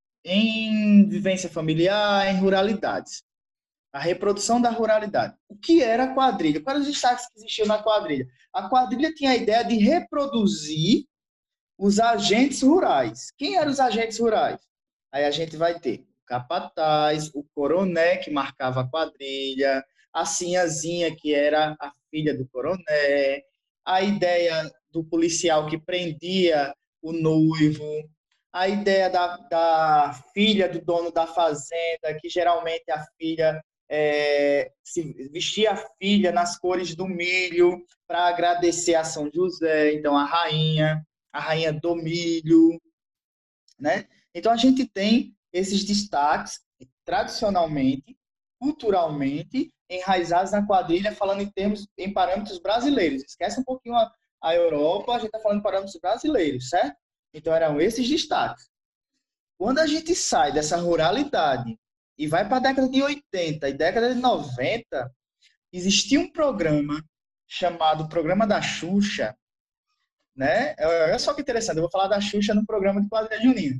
Em vivência familiar, em ruralidades. A reprodução da ruralidade. O que era a quadrilha? Quais eram os destaques que existiam na quadrilha? A quadrilha tinha a ideia de reproduzir os agentes rurais. Quem eram os agentes rurais? Aí a gente vai ter o capataz, o coroné, que marcava a quadrilha, a sinhazinha, que era a filha do coroné, a ideia do policial que prendia o noivo, a ideia da, da filha do dono da fazenda, que geralmente a filha é, se vestia a filha nas cores do milho para agradecer a São José, então a rainha, a rainha do milho, né? Então a gente tem esses destaques tradicionalmente, culturalmente enraizados na quadrilha, falando em termos, em parâmetros brasileiros. Esquece um pouquinho a, a Europa, a gente está falando em parâmetros brasileiros, certo? Então eram esses destaques. Quando a gente sai dessa ruralidade e vai para a década de oitenta e década de noventa, existia um programa chamado Programa da Xuxa, né? Olha só que interessante, eu vou falar da Xuxa no programa de quadrilha junina.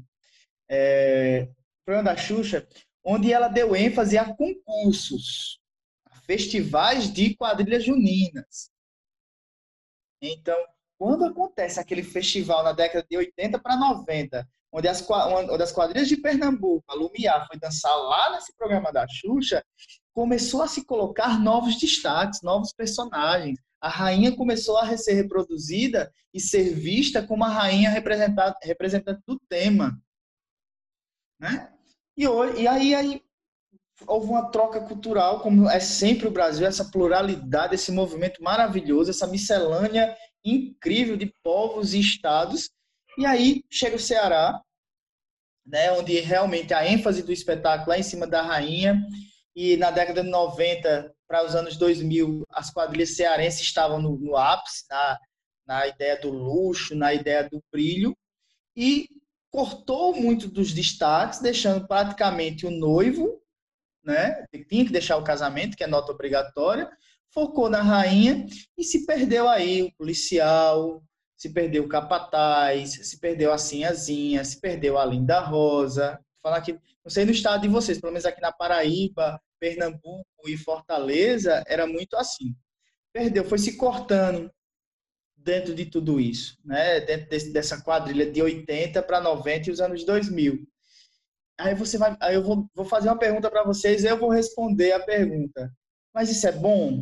É, o programa da Xuxa, onde ela deu ênfase a concursos, a festivais de quadrilhas juninas. Então, quando acontece aquele festival na década de oitenta para noventa, onde as, onde as quadrilhas de Pernambuco, a Lumiar, foi dançar lá nesse programa da Xuxa, começou a se colocar novos destaques, novos personagens. A rainha começou a ser reproduzida e ser vista como a rainha representante do tema. Né? E, e aí, aí houve uma troca cultural, como é sempre o Brasil, essa pluralidade, esse movimento maravilhoso, essa miscelânea incrível de povos e estados. E aí chega o Ceará, né, onde realmente a ênfase do espetáculo é em cima da rainha, e na década de noventa para os anos dois mil, as quadrilhas cearenses estavam no, no ápice, na, na ideia do luxo, na ideia do brilho, e cortou muito dos destaques, deixando praticamente o noivo, né, tinha que deixar o casamento, que é nota obrigatória, focou na rainha e se perdeu aí o policial, se perdeu o capataz, se perdeu a sinhazinha, se perdeu a linda rosa. Falar aqui, não sei no estado de vocês, pelo menos aqui na Paraíba, Pernambuco e Fortaleza, era muito assim. Perdeu, foi se cortando dentro de tudo isso, né? Dentro desse, dessa quadrilha de oitenta para noventa e os anos dois mil. Aí você vai, aí eu vou, vou fazer uma pergunta para vocês e eu vou responder a pergunta. Mas isso é bom?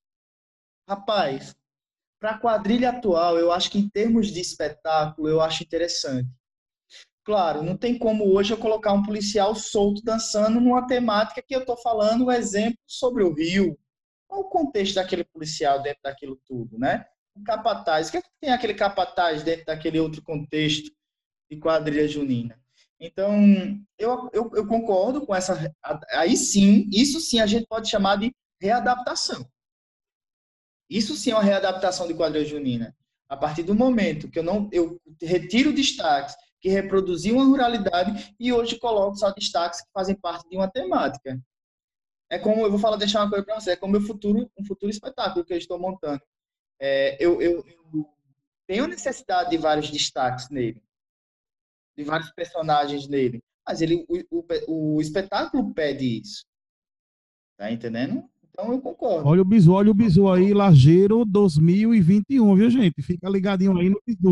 Rapaz, para a quadrilha atual, eu acho que em termos de espetáculo, eu acho interessante. Claro, não tem como hoje eu colocar um policial solto dançando numa temática que eu estou falando um exemplo sobre o Rio. Qual o contexto daquele policial dentro daquilo tudo, né? O capataz, o que, é que tem aquele capataz dentro daquele outro contexto de quadrilha junina? Então, eu, eu, eu concordo com essa... Aí sim, isso sim a gente pode chamar de readaptação. Isso sim é uma readaptação de quadrilha junina. A partir do momento que eu, não, eu retiro destaques que reproduziam a ruralidade e hoje coloco só destaques que fazem parte de uma temática. É como, eu vou falar, deixar uma coisa para você, é como meu futuro, um futuro espetáculo que eu estou montando. É, eu, eu, eu tenho necessidade de vários destaques nele, de vários personagens nele, mas ele, o, o, o espetáculo pede isso. Tá entendendo? Então eu concordo.
Olha o bizu, olha o bizu aí, Lajeiro dois mil e vinte e um, viu, gente? Fica ligadinho aí no bizu.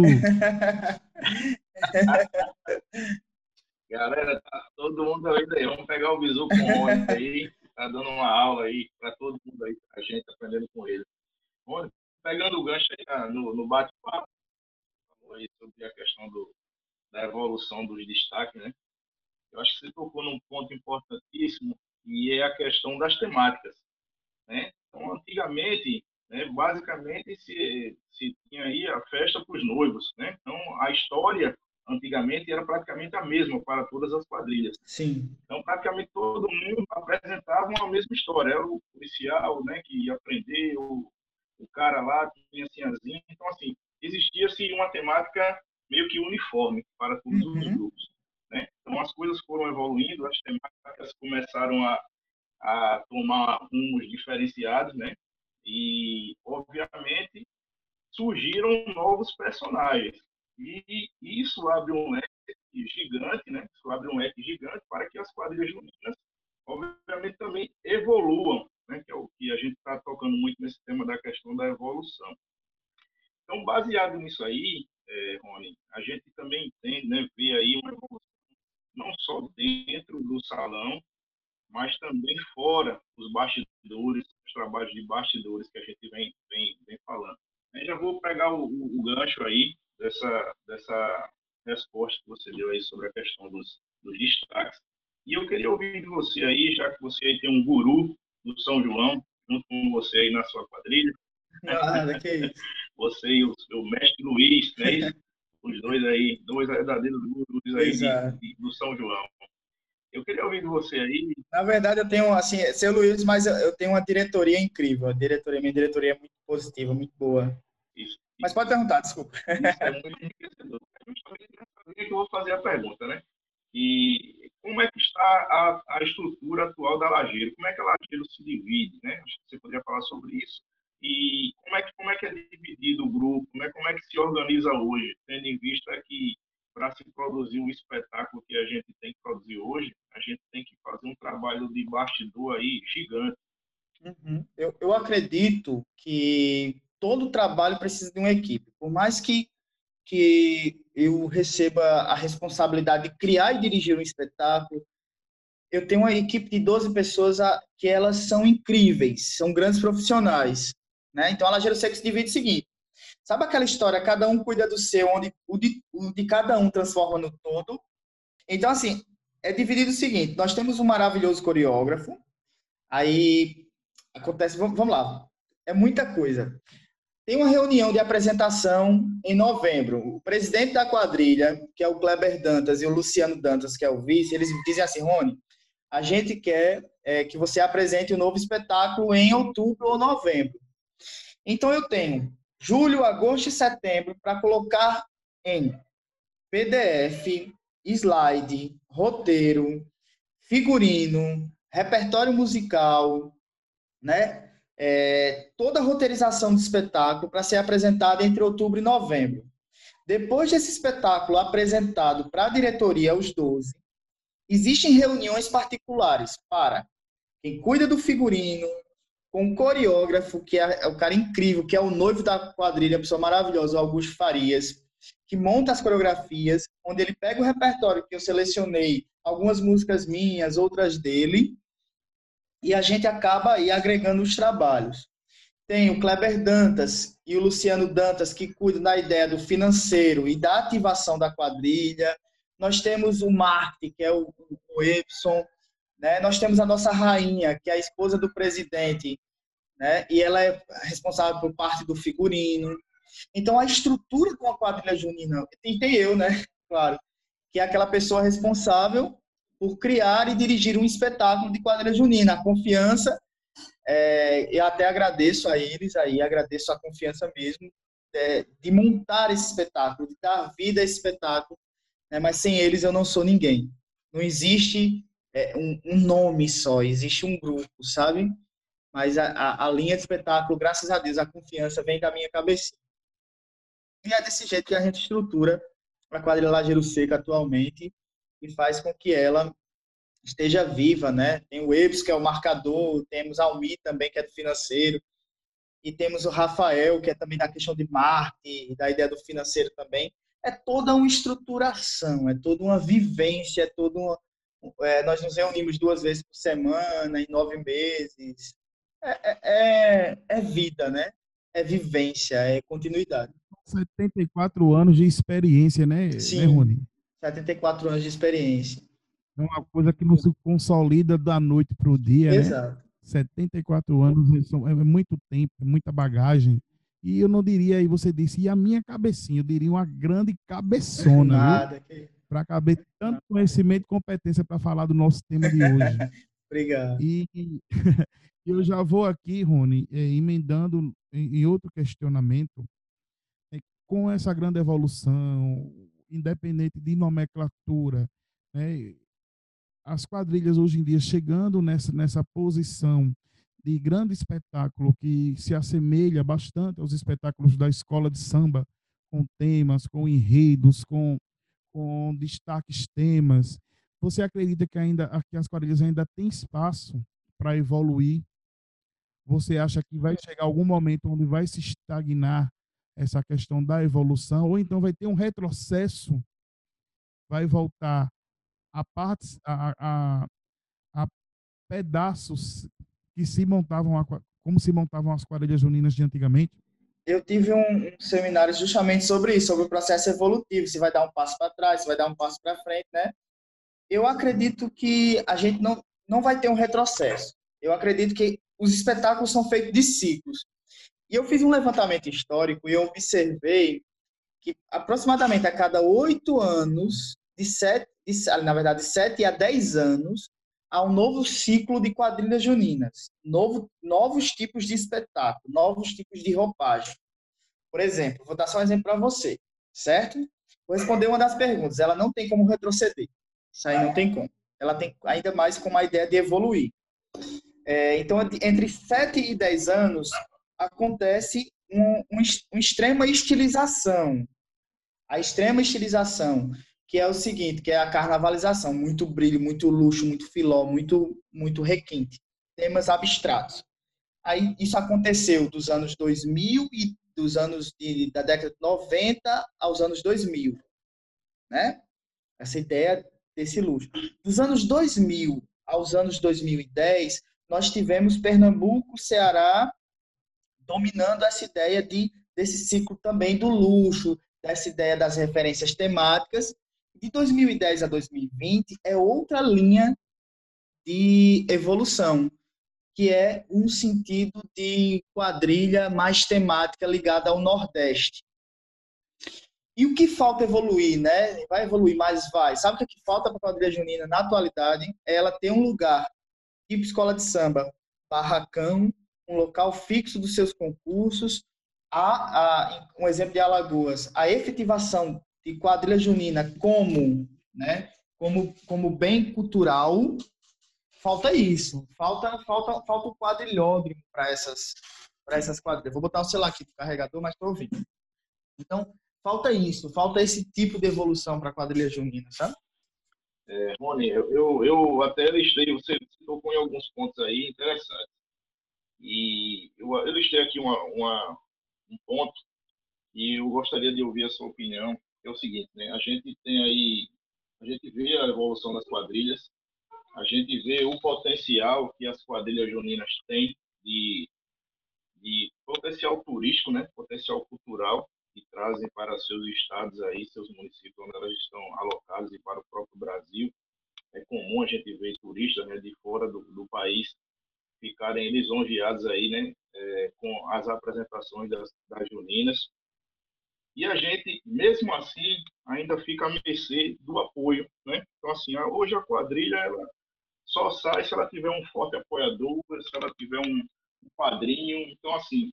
Galera, tá todo mundo aí, daí. Vamos pegar o bizu com o Mônica aí. Tá dando uma aula aí para todo mundo aí, a gente aprendendo com ele. Mônica, pegando o gancho aí no, no bate-papo, aí sobre a questão do, da evolução dos destaques, né? Eu acho que você tocou num ponto importantíssimo, e é a questão das temáticas, né? Então, antigamente, né, basicamente, se, se tinha aí a festa para os noivos, né? Então, a história, antigamente, era praticamente a mesma para todas as quadrilhas.
Sim.
Então, praticamente todo mundo apresentava uma mesma história. Era o policial, né, que ia prender o, o cara lá tinha Cianzinho. Então, assim, existia-se uma temática meio que uniforme para todos os
Uhum.
grupos, né? Então, as coisas foram evoluindo, as temáticas começaram a, a tomar rumos diferenciados, né? E, obviamente, surgiram novos personagens. E isso abre um leque gigante, né? Isso abre um leque gigante para que as quadrilhas juninas, obviamente, também evoluam, né? Que é o que a gente está tocando muito nesse tema da questão da evolução. Então, baseado nisso aí, é, Rony, a gente também entende, né? Vê aí uma evolução não só dentro do salão, mas também fora os bastidores, os trabalhos de bastidores que a gente vem, vem, vem falando. Eu já vou pegar o, o, o gancho aí dessa, dessa resposta que você deu aí sobre a questão dos, dos destaques. E eu queria ouvir de você aí, já que você aí tem um guru do São João, junto com você aí na sua quadrilha.
Nada, que isso.
Você e o, o mestre Luiz, não é isso? Os dois aí, dois verdadeiros gurus aí de,
Exato.
de, do São João. Eu queria ouvir de você aí.
Na verdade, eu tenho, assim, seu Luiz, mas eu, eu tenho uma diretoria incrível. A diretoria, minha diretoria é muito positiva, muito boa.
Isso,
Mas
isso,
pode perguntar, desculpa.
isso é muito enriquecedor. É justamente nessa linha que eu vou fazer a pergunta, né? E como é que está a, a estrutura atual da Lajeiro? Como é que a Lajeiro se divide, né? Acho que você poderia falar sobre isso. E como é que, como é, que é dividido o grupo? Como é, como é que se organiza hoje? Tendo em vista que para se produzir um espetáculo que a gente tem que produzir hoje, a gente tem que fazer um trabalho de bastidor aí gigante.
Uhum. Eu, eu acredito que todo trabalho precisa de uma equipe. Por mais que, que eu receba a responsabilidade de criar e dirigir um espetáculo, eu tenho uma equipe de doze pessoas que elas são incríveis, são grandes profissionais, né? Então, a Lajeiro Seco se divide o seguinte: sabe aquela história, cada um cuida do seu, onde o de, o de cada um transforma no todo? Então, assim, é dividido o seguinte: nós temos um maravilhoso coreógrafo, aí acontece, vamos, vamos lá, é muita coisa. Tem uma reunião de apresentação em novembro. O presidente da quadrilha, que é o Kleber Dantas, e o Luciano Dantas, que é o vice, eles dizem assim: Rony, a gente quer é, que você apresente o um novo espetáculo em outubro ou novembro. Então, eu tenho julho, agosto e setembro para colocar em P D F, slide, roteiro, figurino, repertório musical, né? É, toda a roteirização do espetáculo para ser apresentada entre outubro e novembro. Depois desse espetáculo apresentado para a diretoria, os doze, existem reuniões particulares para quem cuida do figurino, com o coreógrafo, que é o cara incrível, que é o noivo da quadrilha, a pessoa maravilhosa, o Augusto Farias, que monta as coreografias, onde ele pega o repertório que eu selecionei, algumas músicas minhas, outras dele, e a gente acaba aí agregando os trabalhos. Tem o Kleber Dantas e o Luciano Dantas, que cuidam da ideia do financeiro e da ativação da quadrilha. Nós temos o marketing, que é o, o Epson, né? Nós temos a nossa rainha, que é a esposa do presidente, né? E ela é responsável por parte do figurino. Então, a estrutura com a quadrilha junina, tem, tem eu, né? Claro, que é aquela pessoa responsável por criar e dirigir um espetáculo de quadrilha junina. A confiança, é, eu até agradeço a eles, aí agradeço a confiança mesmo, é, de montar esse espetáculo, de dar vida a esse espetáculo, né? Mas sem eles eu não sou ninguém. Não existe é, um, um nome só, existe um grupo, sabe? Mas a, a, a linha de espetáculo, graças a Deus, a confiança vem da minha cabeça. E é desse jeito que a gente estrutura a quadrilha Lajeiro Seco atualmente e faz com que ela esteja viva, né? Tem o Ebs, que é o marcador, temos a Almi também, que é do financeiro, e temos o Rafael, que é também da questão de marketing, da ideia do financeiro também. É toda uma estruturação, é toda uma vivência, é toda uma... É, nós nos reunimos duas vezes por semana, em nove meses. É, é, é vida, né? É vivência, é continuidade.
setenta e quatro anos de experiência, né,
Sim,
né, Rony?
setenta e quatro anos de experiência.
É uma coisa que não se consolida da noite para o dia,
Exato.
né? setenta e quatro anos é muito tempo, é muita bagagem. E eu não diria, aí você disse, e a minha cabecinha, eu diria uma grande cabeçona,
Nada.
viu? Para caber tanto conhecimento e competência para falar do nosso tema de hoje.
Obrigado.
E Eu já vou aqui, Rony, eh, emendando em, em outro questionamento, eh, com essa grande evolução, independente de nomenclatura, né, as quadrilhas hoje em dia chegando nessa, nessa posição de grande espetáculo que se assemelha bastante aos espetáculos da escola de samba, com temas, com enredos, com, com destaques temas. Você acredita que ainda que as quadrilhas ainda têm espaço para evoluir? Você acha que vai chegar algum momento onde vai se estagnar essa questão da evolução, ou então vai ter um retrocesso, vai voltar a partes, a, a, a pedaços que se montavam, a, como se montavam as quadrilhas juninas de antigamente?
Eu tive um, um seminário justamente sobre isso, sobre o processo evolutivo, se vai dar um passo para trás, se vai dar um passo para frente, né? Eu acredito que a gente não, não vai ter um retrocesso. Eu acredito que os espetáculos são feitos de ciclos. E eu fiz um levantamento histórico e eu observei que aproximadamente a cada oito anos, de sete, de, na verdade, de sete a dez anos, há um novo ciclo de quadrilhas juninas, novo, novos tipos de espetáculo, novos tipos de roupagem. Por exemplo, vou dar só um exemplo para você, certo? Vou responder uma das perguntas. Ela não tem como retroceder. Isso aí não tem como. Ela tem ainda mais como a ideia de evoluir. É, então, entre sete e dez anos, acontece um, um, uma extrema estilização. A extrema estilização, que é o seguinte, que é a carnavalização. Muito brilho, muito luxo, muito filó, muito, muito requinte. Temas abstratos. Aí, isso aconteceu dos anos dois mil e dos anos de, da década de noventa aos anos dois mil, né? Essa ideia desse luxo. Dos anos dois mil aos anos dois mil e dez, nós tivemos Pernambuco, Ceará, dominando essa ideia de, desse ciclo também do luxo, dessa ideia das referências temáticas. De dois mil e dez a dois mil e vinte é outra linha de evolução, que é um sentido de quadrilha mais temática ligada ao Nordeste. E o que falta evoluir, né? Vai evoluir, mas vai. Sabe o que, é que falta para a quadrilha junina na atualidade? É ela ter um lugar, tipo escola de samba, barracão, um local fixo dos seus concursos. A, a, um exemplo de Alagoas, a efetivação de quadrilha junina como, né, como, como bem cultural. Falta isso. Falta, falta, falta o quadrilhódromo para essas, para essas quadrilhas. Vou botar o celular aqui no carregador, mas estou ouvindo. Então, falta isso. Falta esse tipo de evolução para a quadrilha junina, sabe?
É, Rony, eu, eu, eu até listei, você tocou em alguns pontos aí interessantes. E eu, eu listei aqui uma, uma, um ponto e eu gostaria de ouvir a sua opinião. É o seguinte, né? A gente tem aí, a gente vê a evolução das quadrilhas, a gente vê o potencial que as quadrilhas juninas têm de, de potencial turístico, né? Potencial cultural que trazem para seus estados aí, seus municípios onde elas estão alocadas e para o próprio Brasil. É comum a gente ver turistas, né, de fora do, do país ficarem lisonjeados aí, né, é, com as apresentações das, das juninas. E a gente, mesmo assim, ainda fica a mercê do apoio, né? Então, assim, hoje a quadrilha, ela só sai se ela tiver um forte apoiador, se ela tiver um, um padrinho. Então, assim,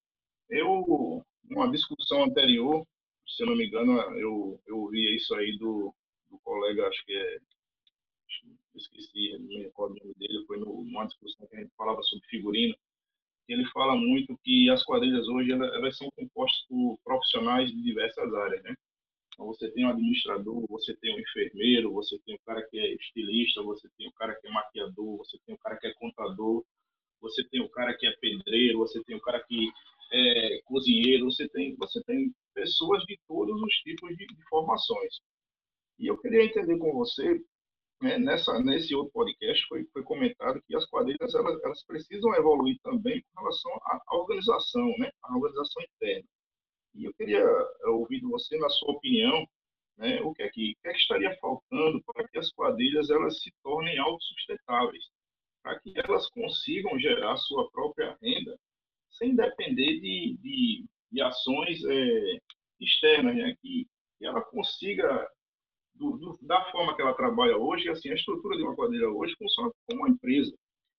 eu, numa discussão anterior, se eu não me engano, eu, eu ouvi isso aí do, do colega, acho que é, esqueci, não me recordo o nome dele, foi no, numa discussão que a gente falava sobre figurino. Ele fala muito que as quadrilhas hoje elas, elas são compostas por profissionais de diversas áreas, né? Então você tem um administrador, você tem um enfermeiro, você tem o cara que é estilista, você tem o cara que é maquiador, você tem o cara que é contador, você tem o cara que é pedreiro, você tem o cara que é cozinheiro, você tem, você tem pessoas de todos os tipos de, de formações. E eu queria entender com você, né, nessa, nesse outro podcast foi, foi comentado que as quadrilhas elas, elas precisam evoluir também com relação à, à organização, né, à organização interna. E eu queria ouvir de você, na sua opinião, né, o que é que, o que é que estaria faltando para que as quadrilhas elas se tornem autossustentáveis, para que elas consigam gerar sua própria renda sem depender de, de, de ações é, externas, né, que, que ela consiga do, do, da forma que ela trabalha hoje, assim, a estrutura de uma quadrilha hoje funciona como uma empresa.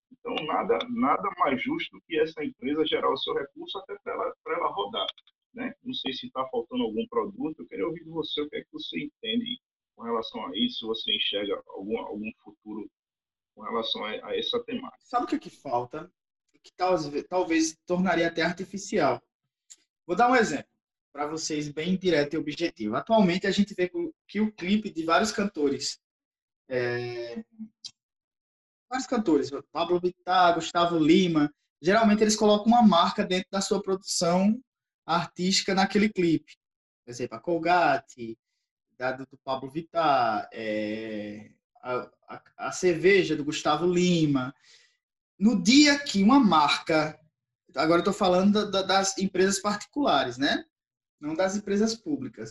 Então, nada, nada mais justo que essa empresa gerar o seu recurso até para ela, para ela rodar. Né? Não sei se está faltando algum produto, eu queria ouvir de você o que é que você entende com relação a isso, se você enxerga algum, algum futuro com relação a, a essa temática.
Sabe o que é que falta? Que talvez, talvez tornaria até artificial. Vou dar um exemplo para vocês bem direto e objetivo. Atualmente a gente vê que o clipe de vários cantores, é, vários cantores, Pablo Vittar, Gustavo Lima, geralmente eles colocam uma marca dentro da sua produção artística naquele clipe. Por exemplo, a Colgate, da, do, do Pablo Vittar, é, a, a, a cerveja do Gustavo Lima. No dia que uma marca, agora eu estou falando da, das empresas particulares, né? Não das empresas públicas,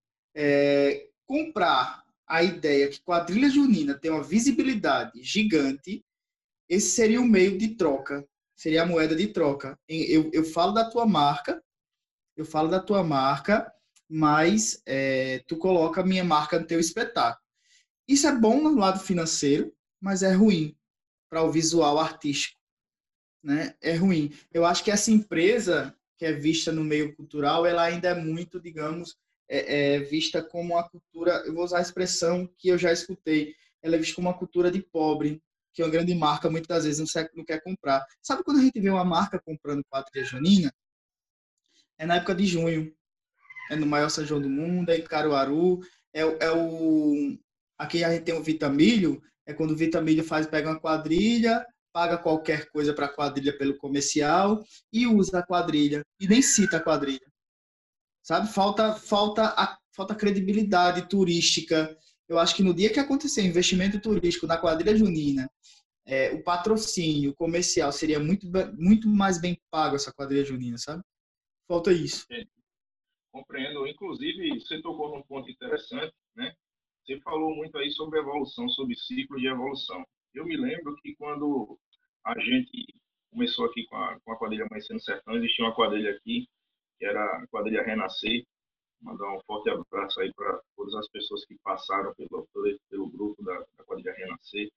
é, comprar a ideia que quadrilha junina tem uma visibilidade gigante, esse seria o meio de troca, seria a moeda de troca. Eu, eu falo da tua marca, eu falo da tua marca, mas é, tu coloca a minha marca no teu espetáculo. Isso é bom no lado financeiro, mas é ruim para o visual artístico, né? É ruim. Eu acho que essa empresa que é vista no meio cultural, ela ainda é muito, digamos, é, é vista como uma cultura, eu vou usar a expressão que eu já escutei, ela é vista como uma cultura de pobre, que uma grande marca muitas das vezes não, não quer comprar. Sabe quando a gente vê uma marca comprando quadrilha junina? É na época de junho, é no maior São João do mundo, é em Caruaru, é, é o... Aqui a gente tem o Vitamilho, é quando o Vitamilho faz, pega uma quadrilha, paga qualquer coisa para a quadrilha pelo comercial e usa a quadrilha, e nem cita a quadrilha. Sabe? Falta, falta, a, falta credibilidade turística. Eu acho que no dia que acontecer investimento turístico na quadrilha junina, é, o patrocínio comercial seria muito, muito mais bem pago essa quadrilha junina, sabe? Falta isso.
É, compreendo. Inclusive, você tocou num ponto interessante, né? Você falou muito aí sobre evolução, sobre ciclo de evolução. Eu me lembro que quando a gente começou aqui com a, com a quadrilha Amanhecendo Sertão, existia uma quadrilha aqui, que era a quadrilha Renascer. Mandar um forte abraço aí para todas as pessoas que passaram pelo, pelo, pelo grupo da, da quadrilha Renascer.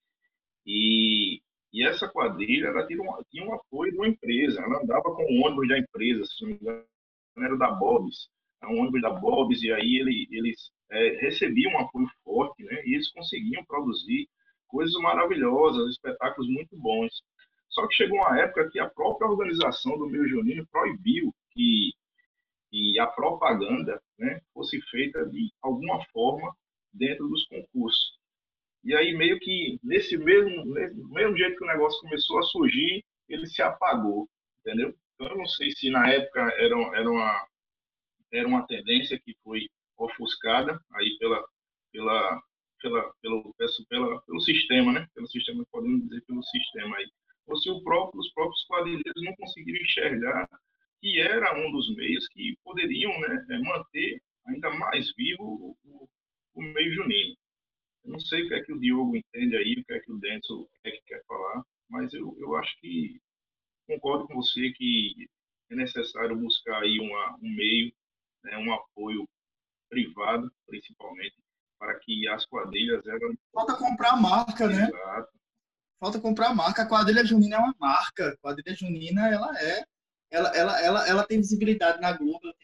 E, e essa quadrilha ela tinha, um, tinha um apoio de uma empresa, ela andava com o ônibus da empresa, se não me engano, era da Bob's, era um ônibus da Bob's, e aí ele, eles é, recebiam um apoio forte, né? E eles conseguiam produzir coisas maravilhosas, espetáculos muito bons. Só que chegou uma época que a própria organização do Meio Junino proibiu que, que a propaganda, né, fosse feita de alguma forma dentro dos concursos. E aí, meio que nesse mesmo, nesse mesmo jeito que o negócio começou a surgir, ele se apagou, entendeu? Então, eu não sei se na época era, era, uma, era uma tendência que foi ofuscada aí pela, pela, pela, pelo, pela, pelo sistema, né? Pelo sistema, podemos dizer pelo sistema aí. Ou se o próprio, os próprios quadrilheiros não conseguiram enxergar que era um dos meios que poderiam, né, manter ainda mais vivo o, o meio junino. Eu não sei o que é que o Diogo entende aí, o que é que o Denso é que quer falar, mas eu, eu acho que concordo com você que é necessário buscar aí uma, um meio, né, um apoio privado, principalmente, para que as quadrilhas... Elas...
Falta comprar a marca, né?
Exato.
Falta comprar a marca. A quadrilha junina é uma marca. A quadrilha junina, ela é... Ela, ela, ela, ela tem visibilidade na Globo, ela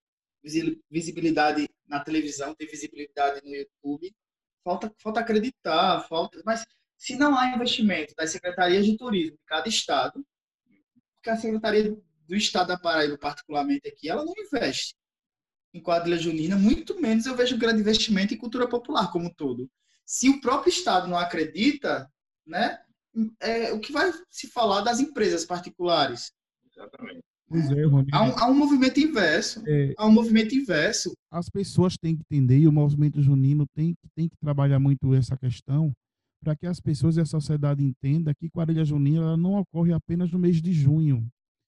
tem visibilidade na televisão, tem visibilidade no YouTube. Falta, falta acreditar, falta... Mas se não há investimento das secretarias de turismo de cada estado, porque a secretaria do estado da Paraíba, particularmente aqui, ela não investe em quadrilha junina, muito menos eu vejo grande investimento em cultura popular como um todo. Se o próprio estado não acredita, né, é, o que vai se falar das empresas particulares?
Exatamente.
Pois é, Rony.
Há um, há um movimento inverso.
É,
há um movimento inverso.
As pessoas têm que entender, e o movimento junino tem, tem que trabalhar muito essa questão, para que as pessoas e a sociedade entendam que quadrilha junina ela não ocorre apenas no mês de junho.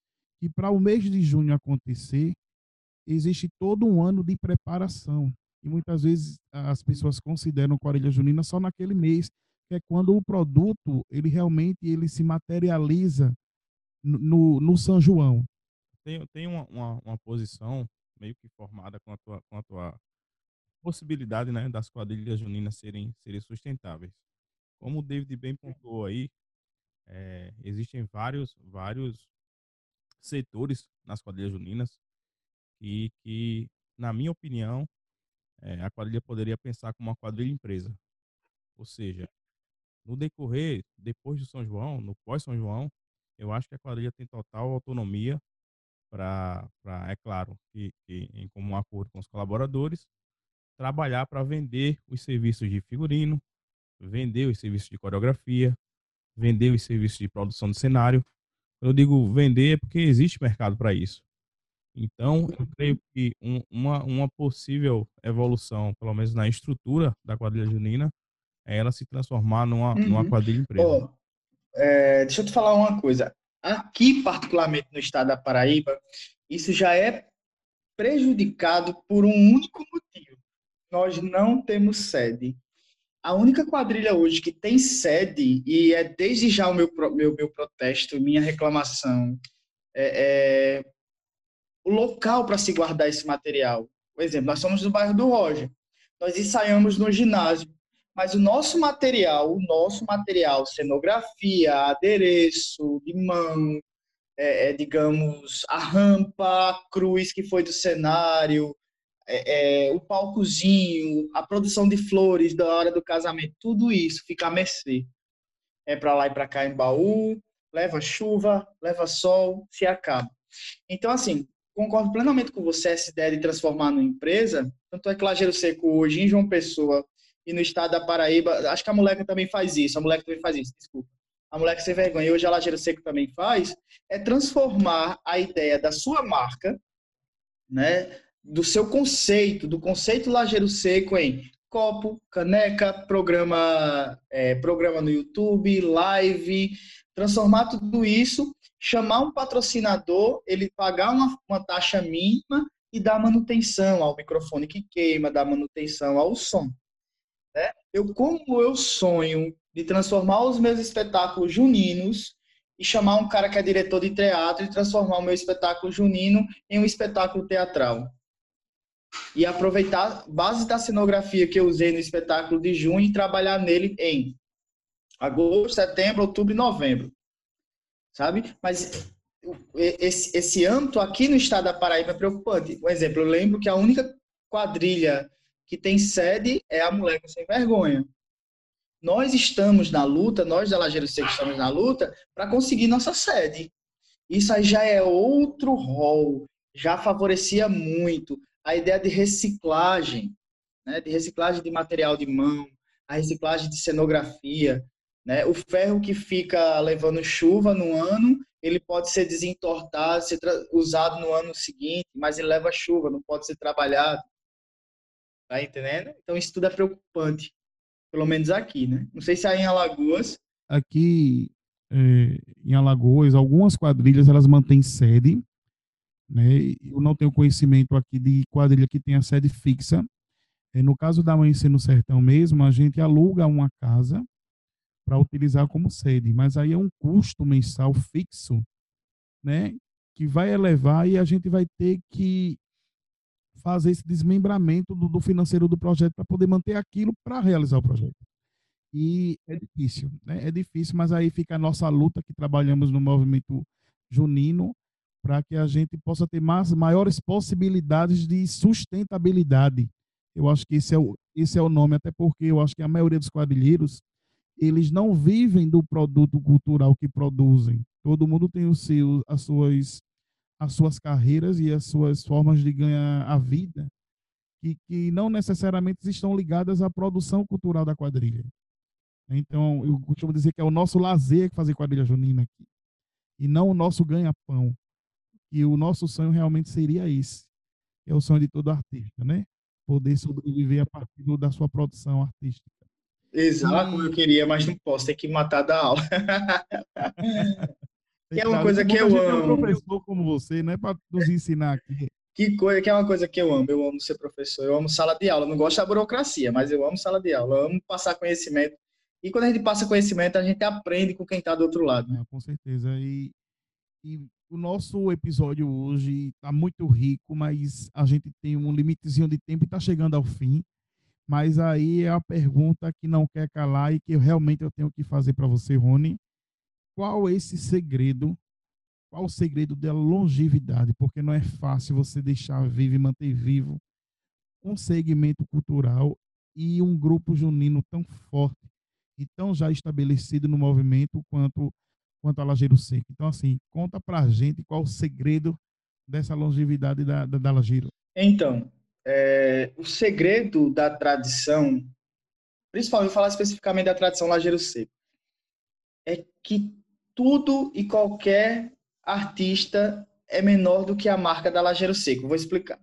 E para o mês de junho acontecer, existe todo um ano de preparação. E muitas vezes as pessoas consideram quadrilha junina só naquele mês, que é quando o produto ele realmente ele se materializa no, no, no São João.
Tem, tem uma, uma, uma posição meio que formada com a tua, com a tua possibilidade, né, das quadrilhas juninas serem, serem sustentáveis. Como o David bem pontuou aí, É, existem vários, vários setores nas quadrilhas juninas e que, na minha opinião, é, a quadrilha poderia pensar como uma quadrilha empresa. Ou seja, no decorrer, depois do São João, no pós-São João, eu acho que a quadrilha tem total autonomia para, é claro, que, que em comum acordo com os colaboradores, trabalhar para vender os serviços de figurino, vender os serviços de coreografia, vender os serviços de produção de cenário. Eu digo vender porque existe mercado para isso. Então, eu creio que um, uma, uma possível evolução, pelo menos na estrutura da quadrilha junina, é ela se transformar numa, numa
Uhum.
quadrilha empresa.
Ó, é, deixa eu te falar uma coisa. Aqui, particularmente no estado da Paraíba, isso já é prejudicado por um único motivo. Nós não temos sede. A única quadrilha hoje que tem sede, e é desde já o meu, pro- meu, meu protesto, minha reclamação, é, é o local para se guardar esse material. Por exemplo, nós somos do bairro do Roger. Nós ensaiamos no ginásio, mas o nosso material, o nosso material, cenografia, adereço de mão, é, é, digamos, a rampa, a cruz que foi do cenário, é, é, o palcozinho, a produção de flores da hora do casamento, tudo isso fica a mercê. É para lá e para cá em baú, leva chuva, leva sol, se acaba. Então, assim, concordo plenamente com você essa ideia de transformar numa empresa. Tanto é que Lajeiro Seco hoje, em João Pessoa e no estado da Paraíba, acho que a moleca também faz isso. A moleca também faz isso, desculpa. A moleca sem vergonha, e hoje a Lajeiro Seco também faz, é transformar a ideia da sua marca, né, do seu conceito, do conceito Lajeiro Seco em copo, caneca, programa, é, programa no YouTube, live, transformar tudo isso, chamar um patrocinador, ele pagar uma, uma taxa mínima e dar manutenção ao microfone que queima, dar manutenção ao som. Né? Eu, como eu sonho de transformar os meus espetáculos juninos e chamar um cara que é diretor de teatro e transformar o meu espetáculo junino em um espetáculo teatral. E aproveitar a base da cenografia que eu usei no espetáculo de junho e trabalhar nele em agosto, setembro, outubro e novembro. Sabe? Mas esse, esse âmbito aqui no estado da Paraíba é preocupante. Por exemplo, eu lembro que a única quadrilha que tem sede é a Moleca Sem Vergonha. Nós estamos na luta, nós da Lajeiro Seco estamos na luta para conseguir nossa sede. Isso aí já é outro rol, já favorecia muito a ideia de reciclagem, né? De reciclagem de material de mão, a reciclagem de cenografia, né? O ferro que fica levando chuva no ano, ele pode ser desentortado, ser usado no ano seguinte, mas ele leva chuva, não pode ser trabalhado. Tá entendendo? Então isso tudo é preocupante, pelo menos aqui, né? Não sei se aí em Alagoas.
Aqui é, em Alagoas, algumas quadrilhas elas mantêm sede, né? Eu não tenho conhecimento aqui de quadrilha que tenha sede fixa. É, no caso da Amanhecer no Sertão mesmo, a gente aluga uma casa para utilizar como sede, mas aí é um custo mensal fixo, né? Que vai elevar e a gente vai ter que fazer esse desmembramento do, do financeiro do projeto para poder manter aquilo para realizar o projeto. E é difícil, né? É difícil, mas aí fica a nossa luta que trabalhamos no movimento junino para que a gente possa ter mais, maiores possibilidades de sustentabilidade. Eu acho que esse é, o, esse é o nome, até porque eu acho que a maioria dos quadrilheiros, eles não vivem do produto cultural que produzem. Todo mundo tem os seus, as, suas, as suas carreiras e as suas formas de ganhar a vida, que, que não necessariamente estão ligadas à produção cultural da quadrilha. Então, eu costumo dizer que é o nosso lazer fazer quadrilha junina aqui, e não o nosso ganha-pão. E o nosso sonho realmente seria esse. É o sonho de todo artista, né? Poder sobreviver a partir do, da sua produção artística.
Exato, como eu
E
queria, mas não posso, tem que matar da aula.
tem
Que é
que
uma
dar,
coisa
que bom
que
que a
eu
gente tem um
amo.
professor como você, né? Para nos ensinar aqui.
Que coisa, que é uma coisa que eu amo. Eu amo ser professor, eu amo sala de aula. Eu não gosto da burocracia, mas eu amo sala de aula. Eu amo passar conhecimento. E quando a gente passa conhecimento, a gente aprende com quem está do outro lado, né?
Ah, com certeza. E, e o nosso episódio hoje está muito rico, mas a gente tem um limitezinho de tempo e está chegando ao fim. Mas aí é a pergunta que não quer calar e que eu realmente eu tenho que fazer para você, Rony. qual esse segredo, qual o segredo da longevidade? Porque não é fácil você deixar vivo e manter vivo um segmento cultural e um grupo junino tão forte e tão já estabelecido no movimento quanto, quanto a Lajeiro Seco. Então, assim, conta pra gente qual o segredo dessa longevidade da, da, da Lajeiro.
Então, é, o segredo da tradição, principalmente falar especificamente da tradição Lajeiro Seco, é que tudo e qualquer artista é menor do que a marca da Lajeiro Seco. Vou explicar.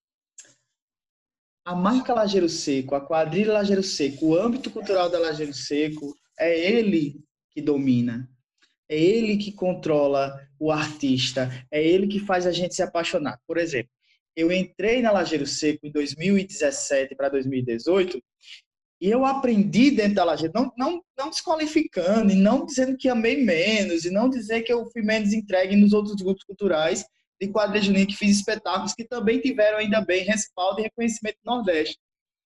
A marca Lajeiro Seco, a quadrilha Lajeiro Seco, o âmbito cultural da Lajeiro Seco, é ele que domina. É ele que controla o artista. É ele que faz a gente se apaixonar. Por exemplo, eu entrei na Lajeiro Seco em dois mil e dezessete para dois mil e dezoito e eu aprendi dentro da Lajeiro, não, não, não desqualificando e não dizendo que amei menos e não dizer que eu fui menos entregue nos outros grupos culturais de quadrilha junina que fiz espetáculos que também tiveram ainda bem respaldo e reconhecimento do Nordeste.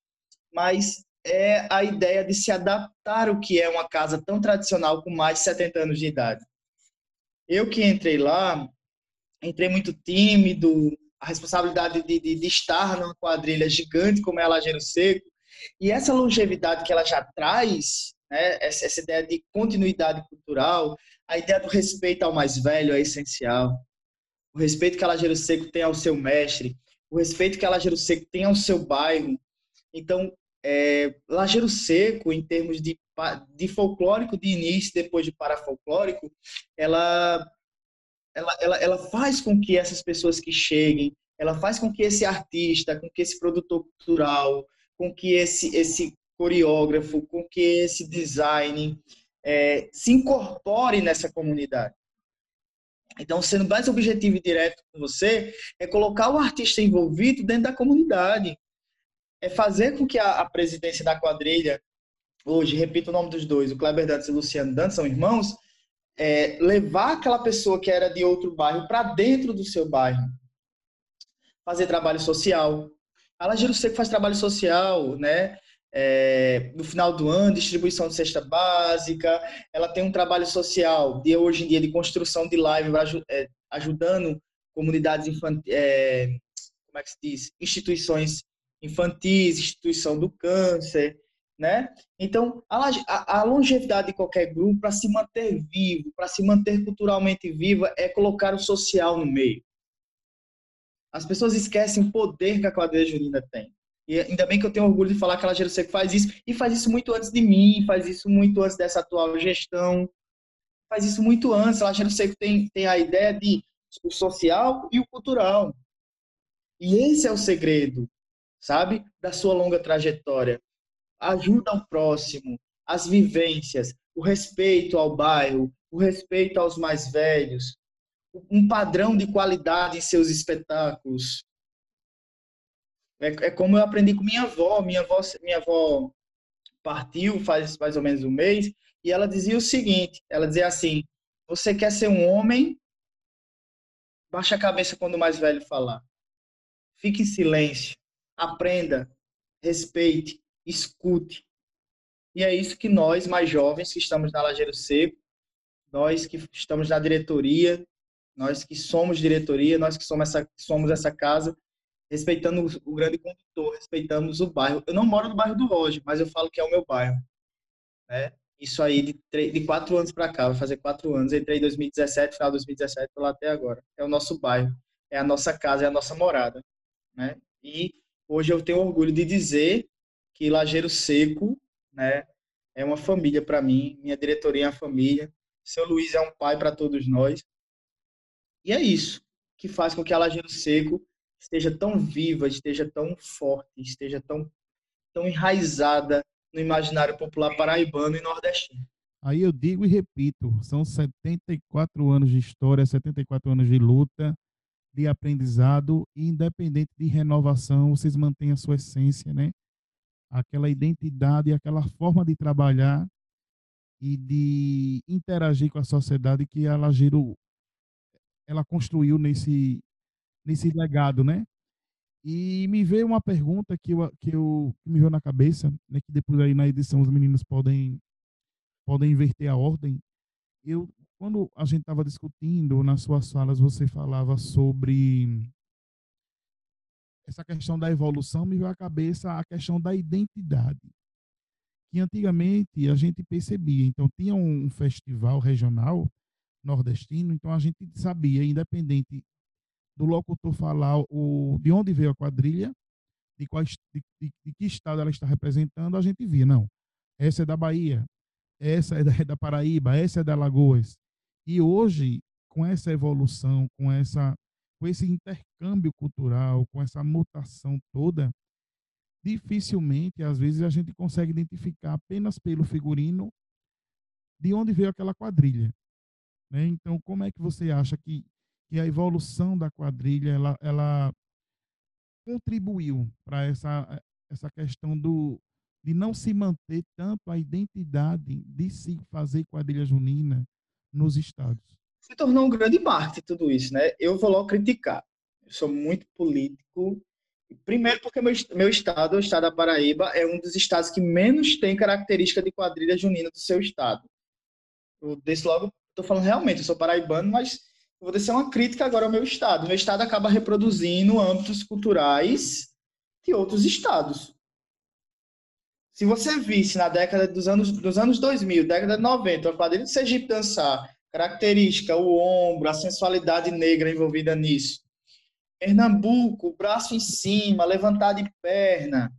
Mas é a ideia de se adaptar ao que é uma casa tão tradicional com mais de setenta anos de idade. Eu que entrei lá, entrei muito tímido, a responsabilidade de, de, de estar numa quadrilha gigante como é a Lajeiro Seco, e essa longevidade que ela já traz, né, essa, essa ideia de continuidade cultural, a ideia do respeito ao mais velho é essencial. O respeito que a Lajeiro Seco tem ao seu mestre, o respeito que a Lajeiro Seco tem ao seu bairro. Então, é, Lajeiro Seco, em termos de, de folclórico de início, depois de parafolclórico, ela, ela, ela, ela faz com que essas pessoas que cheguem, ela faz com que esse artista, com que esse produtor cultural, com que esse, esse coreógrafo, com que esse design é, se incorpore nessa comunidade. Então, sendo mais objetivo e direto com você, é colocar o artista envolvido dentro da comunidade. É fazer com que a, a presidência da quadrilha, hoje, repito o nome dos dois, o Kleber Dantas e o Luciano Dantas, são irmãos, é, levar aquela pessoa que era de outro bairro para dentro do seu bairro. Fazer trabalho social. A Lajeiro Seco faz trabalho social, né? É, no final do ano, distribuição de cesta básica. Ela tem um trabalho social de hoje em dia de construção de live, é, ajudando comunidades infantis, é, como é que se diz? Instituições infantis, instituição do câncer, né? Então, a, a, a longevidade de qualquer grupo, para se manter vivo, para se manter culturalmente viva, é colocar o social no meio. As pessoas esquecem o poder que a quadrilha junina tem. E ainda bem que eu tenho orgulho de falar que a Lajeiro Seco faz isso, e faz isso muito antes de mim, faz isso muito antes dessa atual gestão, faz isso muito antes. A Lajeiro Seco tem, tem a ideia de o social e o cultural. E esse é o segredo, sabe? Da sua longa trajetória. Ajuda ao próximo, as vivências, o respeito ao bairro, o respeito aos mais velhos, um padrão de qualidade em seus espetáculos. É, é como eu aprendi com minha avó. Minha avó, minha avó partiu faz mais ou menos um mês, e ela dizia o seguinte, ela dizia assim, você quer ser um homem? Baixa a cabeça quando o mais velho falar. Fique em silêncio. Aprenda, respeite, escute. E é isso que nós, mais jovens, que estamos na Lajeiro Seco, nós que estamos na diretoria, nós que somos diretoria, nós que somos essa, somos essa casa, respeitando o grande condutor, respeitamos o bairro. Eu não moro no bairro do Roger, mas eu falo que é o meu bairro. Né? Isso aí de, três, de quatro anos para cá, vai fazer quatro anos. Eu entrei em dois mil e dezessete, final de dois mil e dezessete, estou lá até agora. É o nosso bairro, é a nossa casa, é a nossa morada. Né? E hoje eu tenho orgulho de dizer que Lajeiro Seco, né, é uma família para mim, minha diretoria é uma família, seu Luiz é um pai para todos nós. E é isso que faz com que a Lajeiro Seco esteja tão viva, esteja tão forte, esteja tão, tão enraizada no imaginário popular paraibano e nordestino.
Aí eu digo e repito, são setenta e quatro anos de história, setenta e quatro anos de luta, de aprendizado, e independente de renovação, vocês mantêm a sua essência, né? Aquela identidade, aquela forma de trabalhar e de interagir com a sociedade que a Lajeiro ela construiu nesse, nesse legado, né? E me veio uma pergunta que, eu, que, eu, que me veio na cabeça, né? Que depois aí na edição os meninos podem, podem inverter a ordem. Eu quando a gente estava discutindo, nas suas falas, você falava sobre essa questão da evolução, me veio à cabeça a questão da identidade, que antigamente a gente percebia. Então, tinha um um festival regional nordestino, então a gente sabia, independente do locutor falar o, de onde veio a quadrilha, de, qual, de, de, de que estado ela está representando, a gente via, não, essa é da Bahia, essa é da, é da Paraíba, essa é da Alagoas. E hoje, com essa evolução, com, essa, com esse intercâmbio cultural, com essa mutação toda, dificilmente, às vezes, a gente consegue identificar apenas pelo figurino de onde veio aquela quadrilha, né? Então, como é que você acha que, que a evolução da quadrilha ela, ela contribuiu para essa, essa questão do, de não se manter tanto a identidade de se fazer quadrilha junina nos estados?
Se tornou um grande marketing tudo isso, né? Eu vou logo criticar. Eu sou muito político. Primeiro porque meu, meu estado, o estado da Paraíba, é um dos estados que menos tem característica de quadrilha junina do seu estado. Eu desço logo, estou falando realmente, eu sou paraibano, mas eu vou descer uma crítica agora ao meu estado. Meu estado acaba reproduzindo âmbitos culturais de outros estados. Se você visse na década dos anos, dos anos dois mil, década de noventa, a quadrilha de Sergipe dançar, característica, o ombro, a sensualidade negra envolvida nisso. Pernambuco, braço em cima, levantar de perna.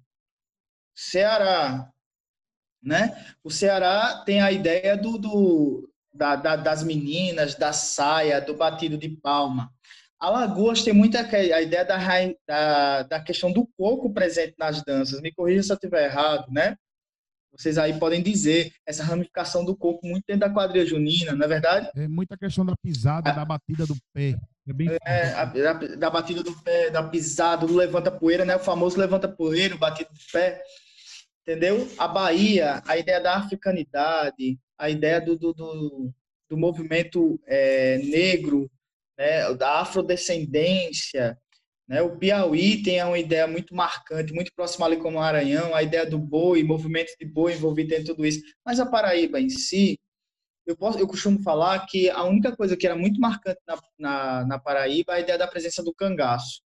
Ceará, né? O Ceará tem a ideia do, do, da, da, das meninas, da saia, do batido de palma. Alagoas tem muita a ideia da, da, da questão do coco presente nas danças. Me corrija se eu estiver errado, né? Vocês aí podem dizer essa ramificação do coco muito dentro da quadrilha junina, não é verdade?
É muita questão da pisada, a, da batida do pé. É bem
é, a, da, da batida do pé, da pisada, do levanta-poeira, né? O famoso levanta-poeira, o batido do pé. Entendeu? A Bahia, a ideia da africanidade, a ideia do, do, do, do movimento é, negro, né? Da afrodescendência, né? O Piauí tem uma ideia muito marcante, muito próxima ali como o Maranhão, a ideia do boi, movimento de boi envolvido em tudo isso. Mas a Paraíba em si, eu, posso, eu costumo falar que a única coisa que era muito marcante na, na, na Paraíba é a ideia da presença do cangaço,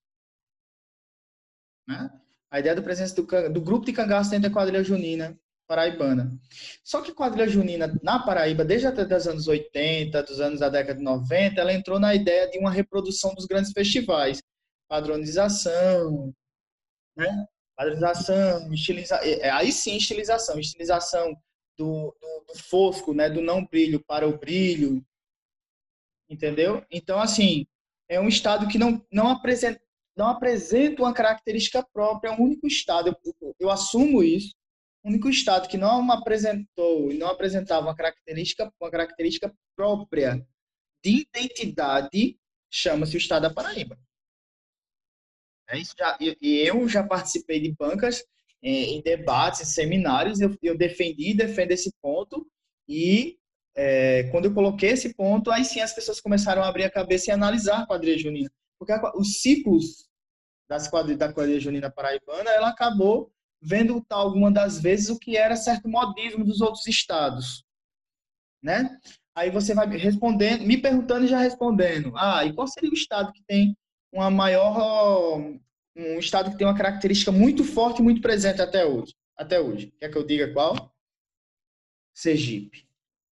né? A ideia da presença do, do grupo de cangaço dentro da quadrilha junina paraibana. Só que a quadrilha junina na Paraíba, desde até os anos oitenta, dos anos da década de noventa, ela entrou na ideia de uma reprodução dos grandes festivais. Padronização, né? Padronização, estiliza... aí sim estilização, estilização do, do, do fosco, né? Do não brilho para o brilho, entendeu? Então, assim, é um estado que não, não apresenta não apresenta uma característica própria, é um único estado, eu, eu assumo isso, o único estado que não apresentou e não apresentava uma característica, uma característica própria de identidade chama-se o estado da Paraíba. É isso já, e eu já participei de bancas, em, em debates, em seminários, eu, eu defendi e defendo esse ponto, e é, quando eu coloquei esse ponto, aí sim as pessoas começaram a abrir a cabeça e analisar a quadrilha junina. Porque os ciclos das quadrilha, da quadrilha junina paraibana, ela acabou vendo alguma das vezes o que era certo modismo dos outros estados, né? Aí você vai respondendo, me perguntando e já respondendo. Ah, e qual seria o estado que tem uma maior, um estado que tem uma característica muito forte e muito presente até hoje? Até hoje. Quer que eu diga qual? Sergipe.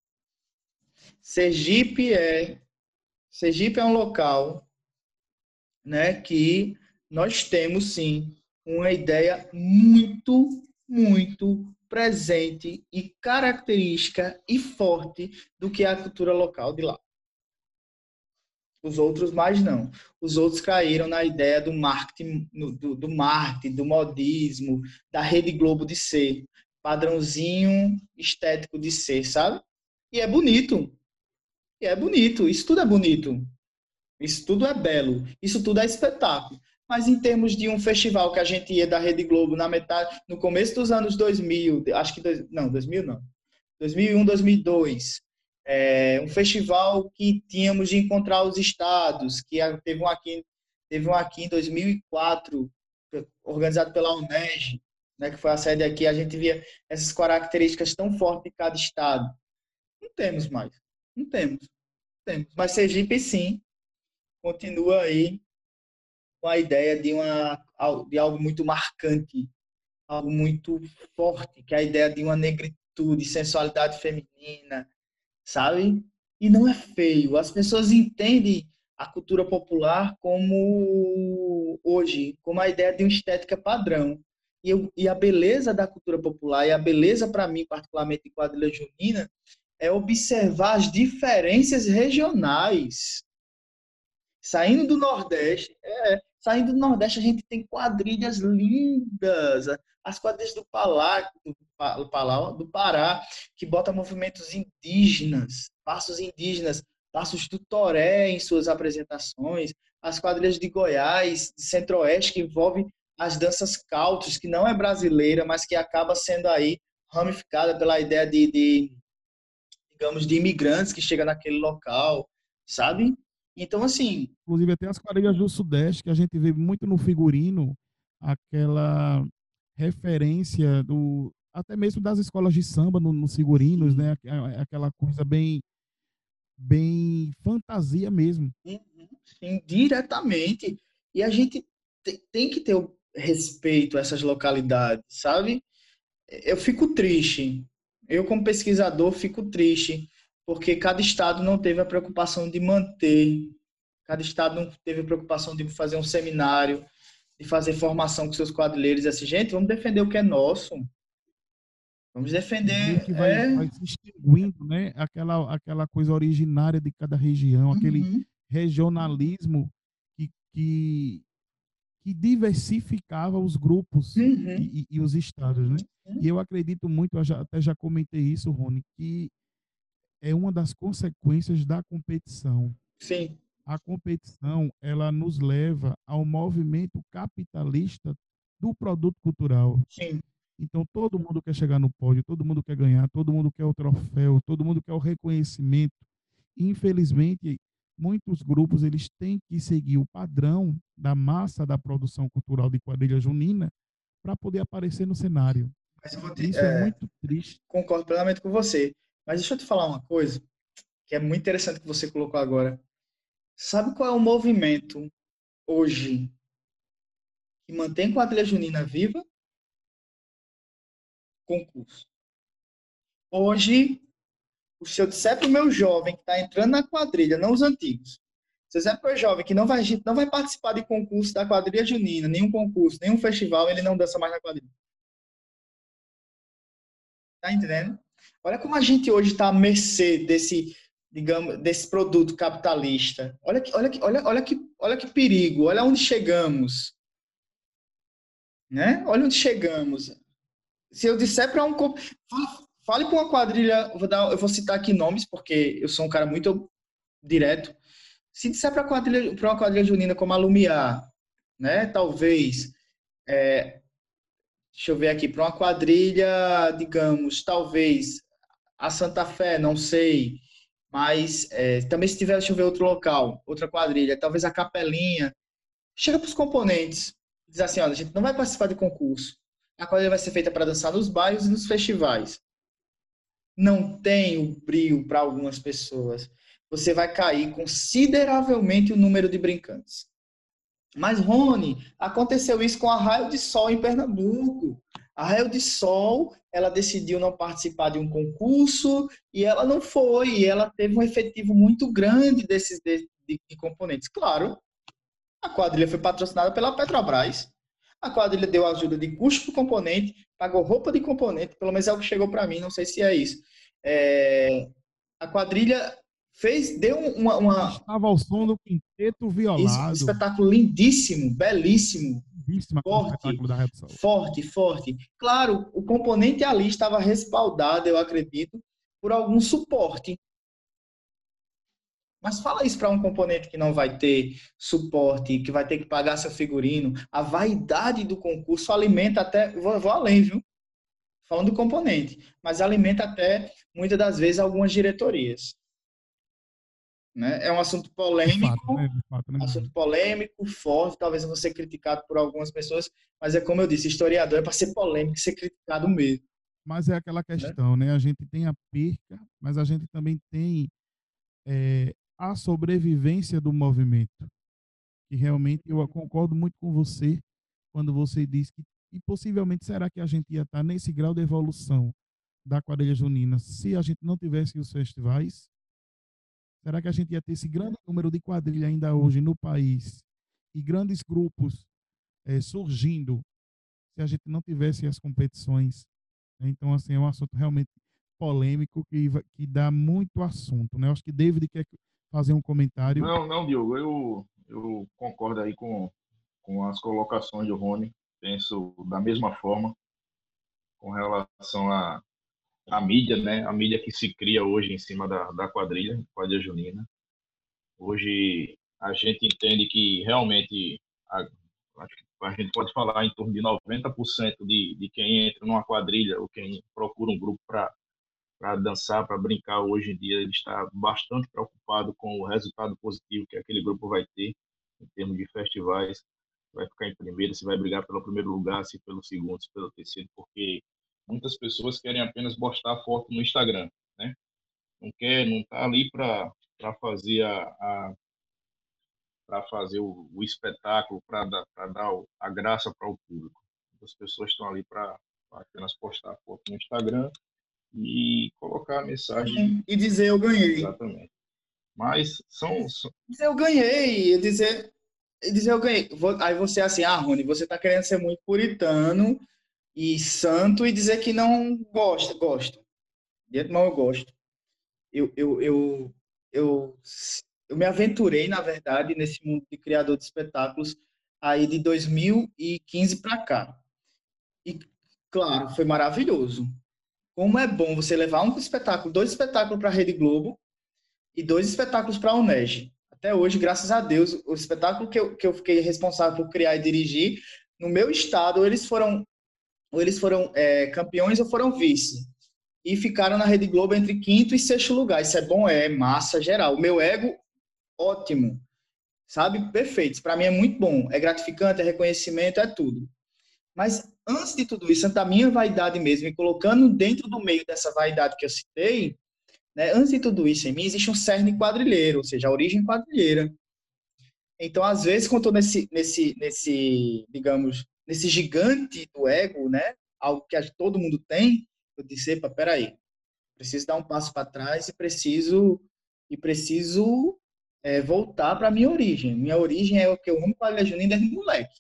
Sergipe é, Sergipe é um local, né, que nós temos, sim, uma ideia muito, muito presente e característica e forte do que é a cultura local de lá. Os outros mais não. Os outros caíram na ideia do marketing, do, do marketing, do modismo, da Rede Globo de ser, padrãozinho estético de ser, sabe? E é bonito. E é bonito. Isso tudo é bonito. Isso tudo é belo, isso tudo é espetáculo. Mas em termos de um festival que a gente ia da Rede Globo na metade, no começo dos anos dois mil, acho que, não, dois mil não, dois mil e um, dois mil e dois, é, um festival que tínhamos de encontrar os estados, que teve um aqui, teve um aqui em dois mil e quatro, organizado pela UNEG, né, que foi a sede aqui, a gente via essas características tão fortes de cada estado. Não temos mais, não temos. temos. Mas Sergipe, sim, continua aí com a ideia de, uma, de algo muito marcante, algo muito forte, que é a ideia de uma negritude, sensualidade feminina, sabe? E não é feio. As pessoas entendem a cultura popular como hoje, como a ideia de uma estética padrão. E, eu, e a beleza da cultura popular, e a beleza para mim, particularmente de quadrilha junina, é observar as diferenças regionais. Saindo do Nordeste, é, saindo do Nordeste a gente tem quadrilhas lindas, as quadrilhas do Pará, do, Pará, do Pará, que bota movimentos indígenas, passos indígenas, passos do Toré em suas apresentações, as quadrilhas de Goiás, de Centro-Oeste, que envolve as danças country, que não é brasileira, mas que acaba sendo aí ramificada pela ideia de, de digamos, de imigrantes que chegam naquele local, sabe? Então, assim...
Inclusive, até as quadrilhas do Sudeste, que a gente vê muito no figurino, aquela referência do... até mesmo das escolas de samba nos no figurinos, né? Aquela coisa bem... bem fantasia mesmo.
Sim, diretamente. E a gente tem que ter o respeito a essas localidades, sabe? Eu fico triste. Eu, como pesquisador, fico triste, porque cada estado não teve a preocupação de manter, cada estado não teve a preocupação de fazer um seminário, de fazer formação com seus quadrilheiros, assim, gente, vamos defender o que é nosso. Vamos defender...
Que vai,
é...
vai se extinguindo, né? Aquela, aquela coisa originária de cada região, uhum. Aquele regionalismo que, que, que diversificava os grupos uhum. e, e os estados, né? Uhum. E eu acredito muito, eu já, até já comentei isso, Rony, que é uma das consequências da competição.
Sim.
A competição, ela nos leva ao movimento capitalista do produto cultural.
Sim.
Então, todo mundo quer chegar no pódio, todo mundo quer ganhar, todo mundo quer o troféu, todo mundo quer o reconhecimento. Infelizmente, muitos grupos eles têm que seguir o padrão da massa da produção cultural de quadrilha junina para poder aparecer no cenário.
Mas eu vou te,
Isso é, é muito triste.
Concordo plenamente com você. Mas deixa eu te falar uma coisa que é muito interessante que você colocou agora. Sabe qual é o movimento hoje que mantém quadrilha junina viva? Concurso. Hoje, se eu disser para o meu jovem que está entrando na quadrilha, não os antigos, se eu disser para o meu jovem que não vai, não vai participar de concurso da quadrilha junina, nenhum concurso, nenhum festival, ele não dança mais na quadrilha. Tá entendendo? Olha como a gente hoje está à mercê desse, digamos, desse produto capitalista. Olha que, olha que, olha, olha que, olha que perigo. Olha onde chegamos, né? Olha onde chegamos. Se eu disser para um fale para uma quadrilha, eu vou dar, eu vou citar aqui nomes porque eu sou um cara muito direto. Se disser para quadrilha, para uma quadrilha junina como a Lumiar, né? Talvez é, deixa eu ver aqui, para uma quadrilha, digamos, talvez a Santa Fé, não sei, mas é, também se tiver, deixa eu ver outro local, outra quadrilha, talvez a Capelinha, chega para os componentes, diz assim, olha, a gente não vai participar de concurso, a quadrilha vai ser feita para dançar nos bairros e nos festivais. Não tem o brilho para algumas pessoas. Você vai cair consideravelmente o número de brincantes. Mas, Rony, aconteceu isso com a Raio de Sol em Pernambuco. A Raio de Sol, ela decidiu não participar de um concurso e ela não foi. E ela teve um efetivo muito grande desses de, de, de componentes. Claro, a quadrilha foi patrocinada pela Petrobras. A quadrilha deu ajuda de custo para o componente, pagou roupa de componente, pelo menos é o que chegou para mim, não sei se é isso. É, a quadrilha fez, deu uma... uma...
Estava ao som do quinteto violado.
Isso, um espetáculo lindíssimo, belíssimo,
Belíssimo
forte,
da Repsol.
forte, forte. Claro, o componente ali estava respaldado, eu acredito, por algum suporte. Mas fala isso para um componente que não vai ter suporte, que vai ter que pagar seu figurino. A vaidade do concurso alimenta até... Vou, vou além, viu? Falando do componente. Mas alimenta até, muitas das vezes, algumas diretorias. Né? É um assunto polêmico,
fato, né? fato, né?
assunto polêmico, forte, talvez eu vou ser criticado por algumas pessoas, mas é como eu disse, historiador é para ser polêmico e ser criticado mesmo.
Mas é aquela questão, né? né? A gente tem a perca, mas a gente também tem... É, a sobrevivência do movimento. E realmente eu concordo muito com você quando você diz que, e possivelmente, será que a gente ia estar nesse grau de evolução da quadrilha junina se a gente não tivesse os festivais? Será que a gente ia ter esse grande número de quadrilha ainda hoje no país e grandes grupos eh, surgindo se a gente não tivesse as competições? Então, assim, é um assunto realmente polêmico que, vai- que dá muito assunto, né? Eu acho que David quer fazer um comentário.
Não, não, Diogo, eu, eu concordo aí com, com as colocações do Rony. Penso da mesma forma com relação à, à mídia, né? A mídia que se cria hoje em cima da, da quadrilha, quadrilha junina. Hoje a gente entende que realmente a, acho que a gente pode falar em torno de noventa por cento de, de quem entra numa quadrilha ou quem procura um grupo para para dançar, para brincar hoje em dia, ele está bastante preocupado com o resultado positivo que aquele grupo vai ter em termos de festivais, vai ficar em primeiro, se vai brigar pelo primeiro lugar, se pelo segundo, se pelo terceiro, porque muitas pessoas querem apenas postar foto no Instagram, né? Não quer, não tá ali para para fazer a, a para fazer o, o espetáculo, para dar, para dar o- a graça para o público. As pessoas estão ali para apenas postar foto no Instagram e colocar a mensagem.
E dizer eu ganhei.
Exatamente. Mas são, são-
Dizer eu ganhei. E dizer, e dizer eu ganhei. Vo- Aí você é assim, ah, Rony, você tá querendo ser muito puritano e santo e dizer que não gosta. Gosto. De antemão eu gosto. Eu, eu, eu, eu, eu me aventurei, na verdade, nesse mundo de criador de espetáculos aí de dois mil e quinze para cá. E, claro, foi maravilhoso. Como é bom você levar um espetáculo, dois espetáculos para a Rede Globo e dois espetáculos para a UNESG. Até hoje, graças a Deus, o espetáculo que eu, que eu fiquei responsável por criar e dirigir, no meu estado, eles foram, ou eles foram é, campeões ou foram vice. E ficaram na Rede Globo entre quinto e sexto lugar. Isso é bom, é massa geral. O meu ego, ótimo. Sabe? Perfeito. Para mim é muito bom. É gratificante, é reconhecimento, é tudo. Mas antes de tudo isso, antes da minha vaidade mesmo, e colocando dentro do meio dessa vaidade que eu citei, né, antes de tudo isso em mim, existe um cerne quadrilheiro, ou seja, a origem quadrilheira. Então, às vezes, quando eu estou nesse, nesse, nesse, digamos, nesse gigante do ego, né, algo que todo mundo tem, eu disse, epa, peraí, preciso dar um passo para trás e preciso, e preciso é, voltar para a minha origem. Minha origem é o que eu amo quadrilha junina desde moleque.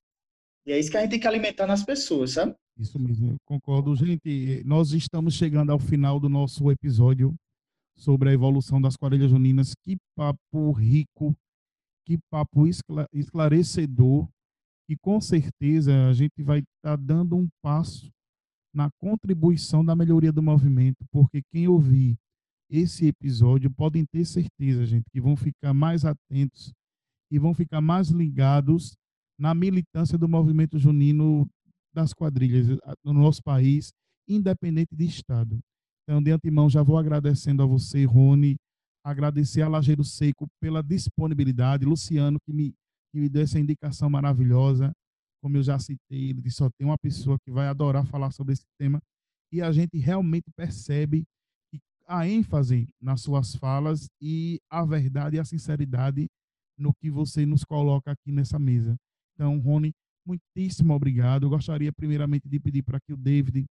E é isso que a gente tem que alimentar nas pessoas, sabe?
Isso mesmo, eu concordo. Gente, nós estamos chegando ao final do nosso episódio sobre a evolução das quadrilhas juninas. Que papo rico, que papo escla- esclarecedor. E com certeza a gente vai estar dando um passo na contribuição da melhoria do movimento, porque quem ouvir esse episódio podem ter certeza, gente, que vão ficar mais atentos e vão ficar mais ligados na militância do movimento junino das quadrilhas no nosso país, independente de estado. Então, de antemão, já vou agradecendo a você, Rony, agradecer a Lajeiro Seco pela disponibilidade, Luciano, que me, que me deu essa indicação maravilhosa. Como eu já citei, ele disse, só tem uma pessoa que vai adorar falar sobre esse tema, e a gente realmente percebe que a ênfase nas suas falas e a verdade e a sinceridade no que você nos coloca aqui nessa mesa. Então, Rony, muitíssimo obrigado. Eu gostaria primeiramente de pedir para que o David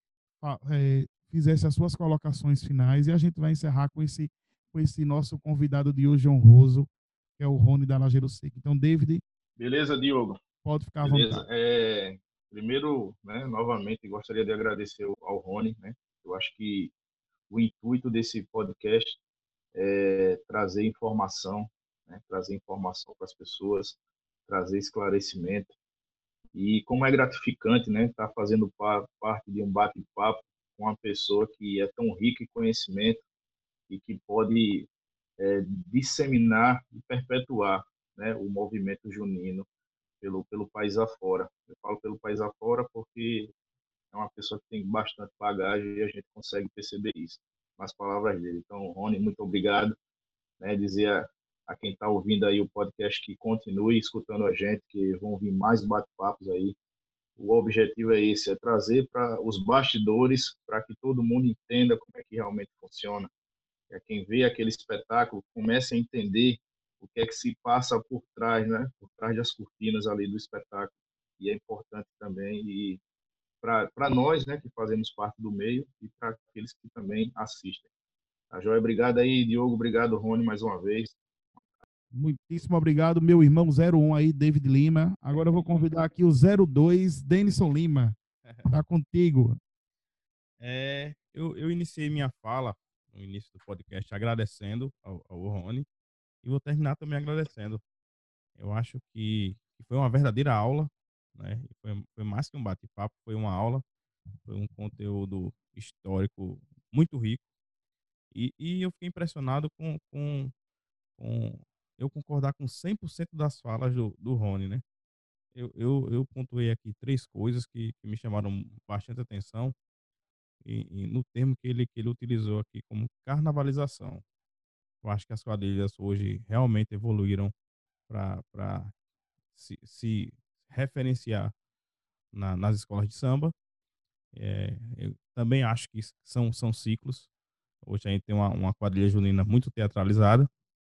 é, fizesse as suas colocações finais e a gente vai encerrar com esse, com esse nosso convidado de hoje honroso, que é o Rony da Lajeiro Seco. Então, David,
beleza, Diogo?
pode ficar à
Beleza.
vontade.
É, primeiro, né, novamente, gostaria de agradecer ao, ao Rony, né? Eu acho que o intuito desse podcast é trazer informação, né, trazer informação para as pessoas, trazer esclarecimento. E como é gratificante, né, estar fazendo parte de um bate-papo com uma pessoa que é tão rica em conhecimento e que pode é, disseminar e perpetuar, né, o movimento junino pelo, pelo país afora. Eu falo pelo país afora porque é uma pessoa que tem bastante bagagem e a gente consegue perceber isso nas palavras dele. Então, Rony, muito obrigado. Né, dizer a, a quem está ouvindo aí o podcast que continue escutando a gente, que vão vir mais bate-papos aí. O objetivo é esse, é trazer para os bastidores, para que todo mundo entenda como é que realmente funciona é quem vê aquele espetáculo comece a entender o que é que se passa por trás, né? Por trás das cortinas ali do espetáculo. E é importante também e para nós, né, que fazemos parte do meio e para aqueles que também assistem. Tá, joia? Obrigado aí, Diogo. Obrigado, Rony, mais uma vez.
Muitíssimo obrigado, meu irmão zero um aí, David Lima. Agora eu vou convidar aqui o zero dois, Denison Lima. Tá contigo.
É, eu, eu iniciei minha fala no início do podcast agradecendo ao, ao Rony e vou terminar também agradecendo. Eu acho que, que foi uma verdadeira aula, né? Foi, foi mais que um bate-papo, foi uma aula, foi um conteúdo histórico muito rico e, e eu fiquei impressionado com, com, com eu concordar com cem por cento das falas do, do Rony, né? Eu, eu, eu pontuei aqui três coisas que, que me chamaram bastante atenção e, e no termo que ele, que ele utilizou aqui como carnavalização. Eu acho que as quadrilhas hoje realmente evoluíram para se, se referenciar na, nas escolas de samba. É, eu também acho que são, são ciclos. Hoje a gente tem uma, uma quadrilha junina muito teatralizada.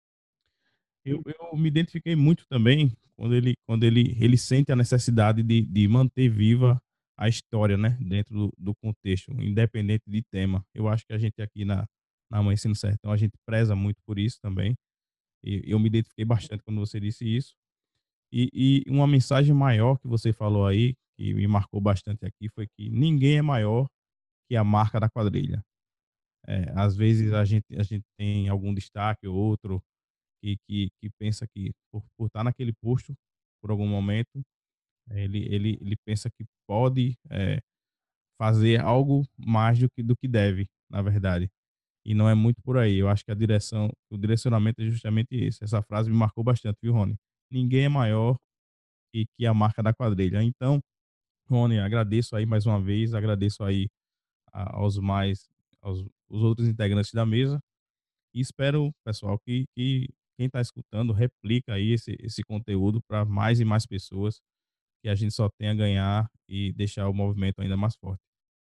Eu, eu me identifiquei muito também quando ele, quando ele, ele sente a necessidade de, de manter viva a história, né, dentro do, do contexto, independente de tema. Eu acho que a gente aqui na, na Amanhecendo Sertão, a gente preza muito por isso também. E eu me identifiquei bastante quando você disse isso. E, e uma mensagem maior que você falou aí, que me marcou bastante aqui, foi que ninguém é maior que a marca da quadrilha. É, às vezes a gente, a gente tem algum destaque ou outro que, que, que pensa que por, por estar naquele posto por algum momento, ele, ele, ele pensa que pode é, fazer algo mais do que, do que deve, na verdade. E não é muito por aí. Eu acho que a direção, o direcionamento é justamente esse. Essa frase me marcou bastante, viu, Rony? Ninguém é maior que, que a marca da quadrilha. Então, Rony, agradeço aí mais uma vez, agradeço aí a, aos mais, aos os outros integrantes da mesa e espero, pessoal, que, que quem está escutando replica aí esse, esse conteúdo para mais e mais pessoas, que a gente só tenha a ganhar e deixar o movimento ainda mais forte.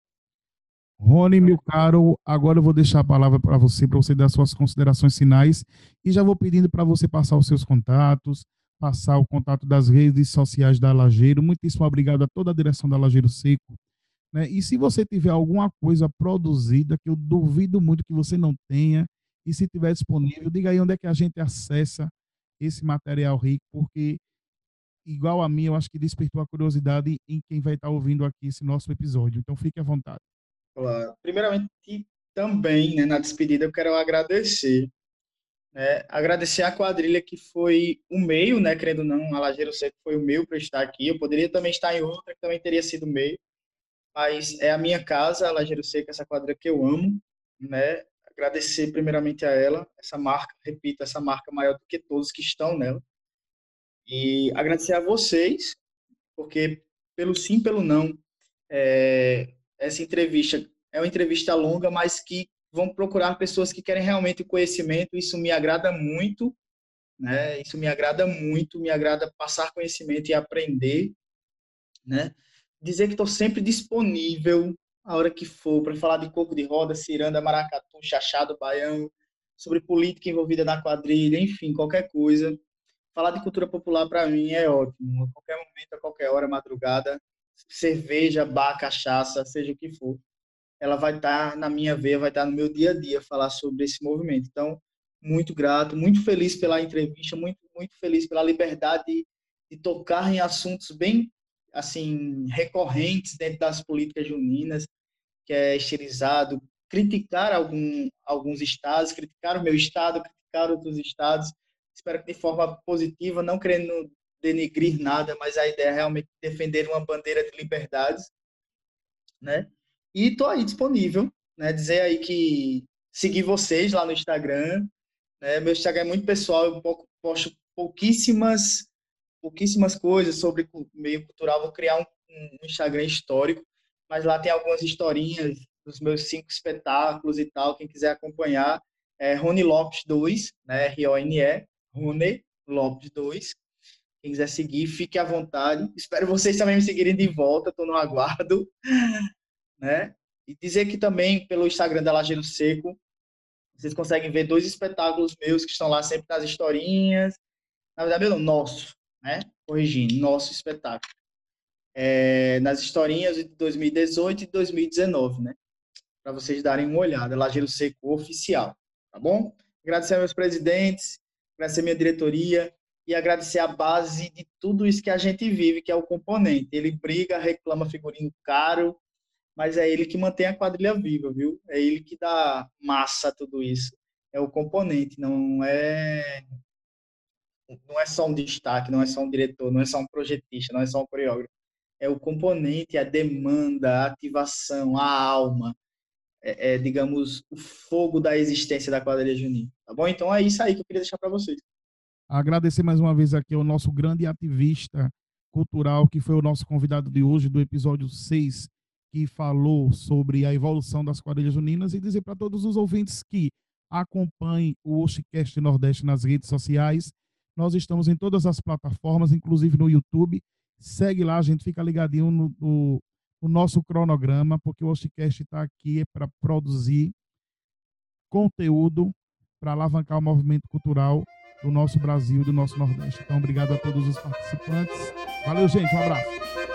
Rony, meu caro, agora eu vou deixar a palavra para você, para você dar suas considerações finais e já vou pedindo para você passar os seus contatos, passar o contato das redes sociais da Lajeiro. Muitíssimo obrigado a toda a direção da Lajeiro Seco, né? E se você tiver alguma coisa produzida, que eu duvido muito que você não tenha, e se tiver disponível, diga aí onde é que a gente acessa esse material rico, porque igual a mim, eu acho que despertou a curiosidade em quem vai estar ouvindo aqui esse nosso episódio. Então fique à vontade.
Claro. Primeiramente, também, né, na despedida, eu quero agradecer, né, agradecer a quadrilha que foi o meio, né, querendo ou não, a Lajeiro Seco foi o meio para estar aqui. Eu poderia também estar em outra, que também teria sido o meio, mas é a minha casa, a Lajeiro Seco, essa quadrilha que eu amo, né, agradecer primeiramente a ela, essa marca, repito, essa marca maior do que todos que estão nela, e agradecer a vocês, porque pelo sim, pelo não, é, essa entrevista é uma entrevista longa, mas que vão procurar pessoas que querem realmente o conhecimento. Isso me agrada muito, né? Isso me agrada muito, me agrada passar conhecimento e aprender, né? Dizer que estou sempre disponível a hora que for para falar de coco de roda, ciranda, maracatu, chachado, baião, sobre política envolvida na quadrilha, enfim, qualquer coisa. Falar de cultura popular para mim é ótimo. A qualquer momento, a qualquer hora, madrugada, cerveja, bar, cachaça, seja o que for, ela vai estar na minha veia, vai estar no meu dia a dia falar sobre esse movimento. Então, muito grato, muito feliz pela entrevista, muito muito feliz pela liberdade de, de tocar em assuntos bem assim recorrentes dentro das políticas juninas, que é estilizado, criticar algum, alguns estados, criticar o meu estado, criticar outros estados. Espero que de forma positiva, não querendo denegrir nada, mas a ideia é realmente defender uma bandeira de liberdades, né? E estou aí disponível, né? Dizer aí que seguir vocês lá no Instagram, né? Meu Instagram é muito pessoal, eu posto pouquíssimas, pouquíssimas coisas sobre meio cultural. Vou criar um, um Instagram histórico, mas lá tem algumas historinhas dos meus cinco espetáculos e tal. Quem quiser acompanhar, é Rony Lopes dois, né? R O N E, Rony Lopes dois. Quem quiser seguir, fique à vontade. Espero vocês também me seguirem de volta, estou no aguardo, né? E dizer que também pelo Instagram da Lajeiro Seco, Vocês conseguem ver dois espetáculos meus que estão lá sempre nas historinhas. Na verdade, meu, nosso, né? Corrigindo, nosso espetáculo. É, nas historinhas de dois mil e dezoito e dois mil e dezenove, né? Para vocês darem uma olhada. Lajeiro Seco Oficial, tá bom? Agradecer aos meus presidentes, agradecer a minha diretoria e agradecer a base de tudo isso que a gente vive, que é o Componente. Ele briga, reclama figurino caro, mas é ele que mantém a quadrilha viva, viu? É ele que dá massa a tudo isso. É o Componente, não é não é só um destaque, não é só um diretor, não é só um projetista, não é só um coreógrafo. É o Componente, a demanda, a ativação, a alma, é, é, digamos, o fogo da existência da quadrilha junina, tá bom? Então é isso aí que eu queria deixar para vocês.
Agradecer mais uma vez aqui ao nosso grande ativista cultural, que foi o nosso convidado de hoje, do episódio seis, que falou sobre a evolução das quadrilhas juninas, e dizer para todos os ouvintes que acompanhem o Oshicast Nordeste nas redes sociais. Nós estamos em todas as plataformas, inclusive no YouTube. Segue lá, a gente fica ligadinho no, no, no nosso cronograma, porque o Oshicast está aqui para produzir conteúdo para alavancar o movimento cultural do nosso Brasil e do nosso Nordeste. Então, obrigado a todos os participantes. Valeu, gente. Um abraço.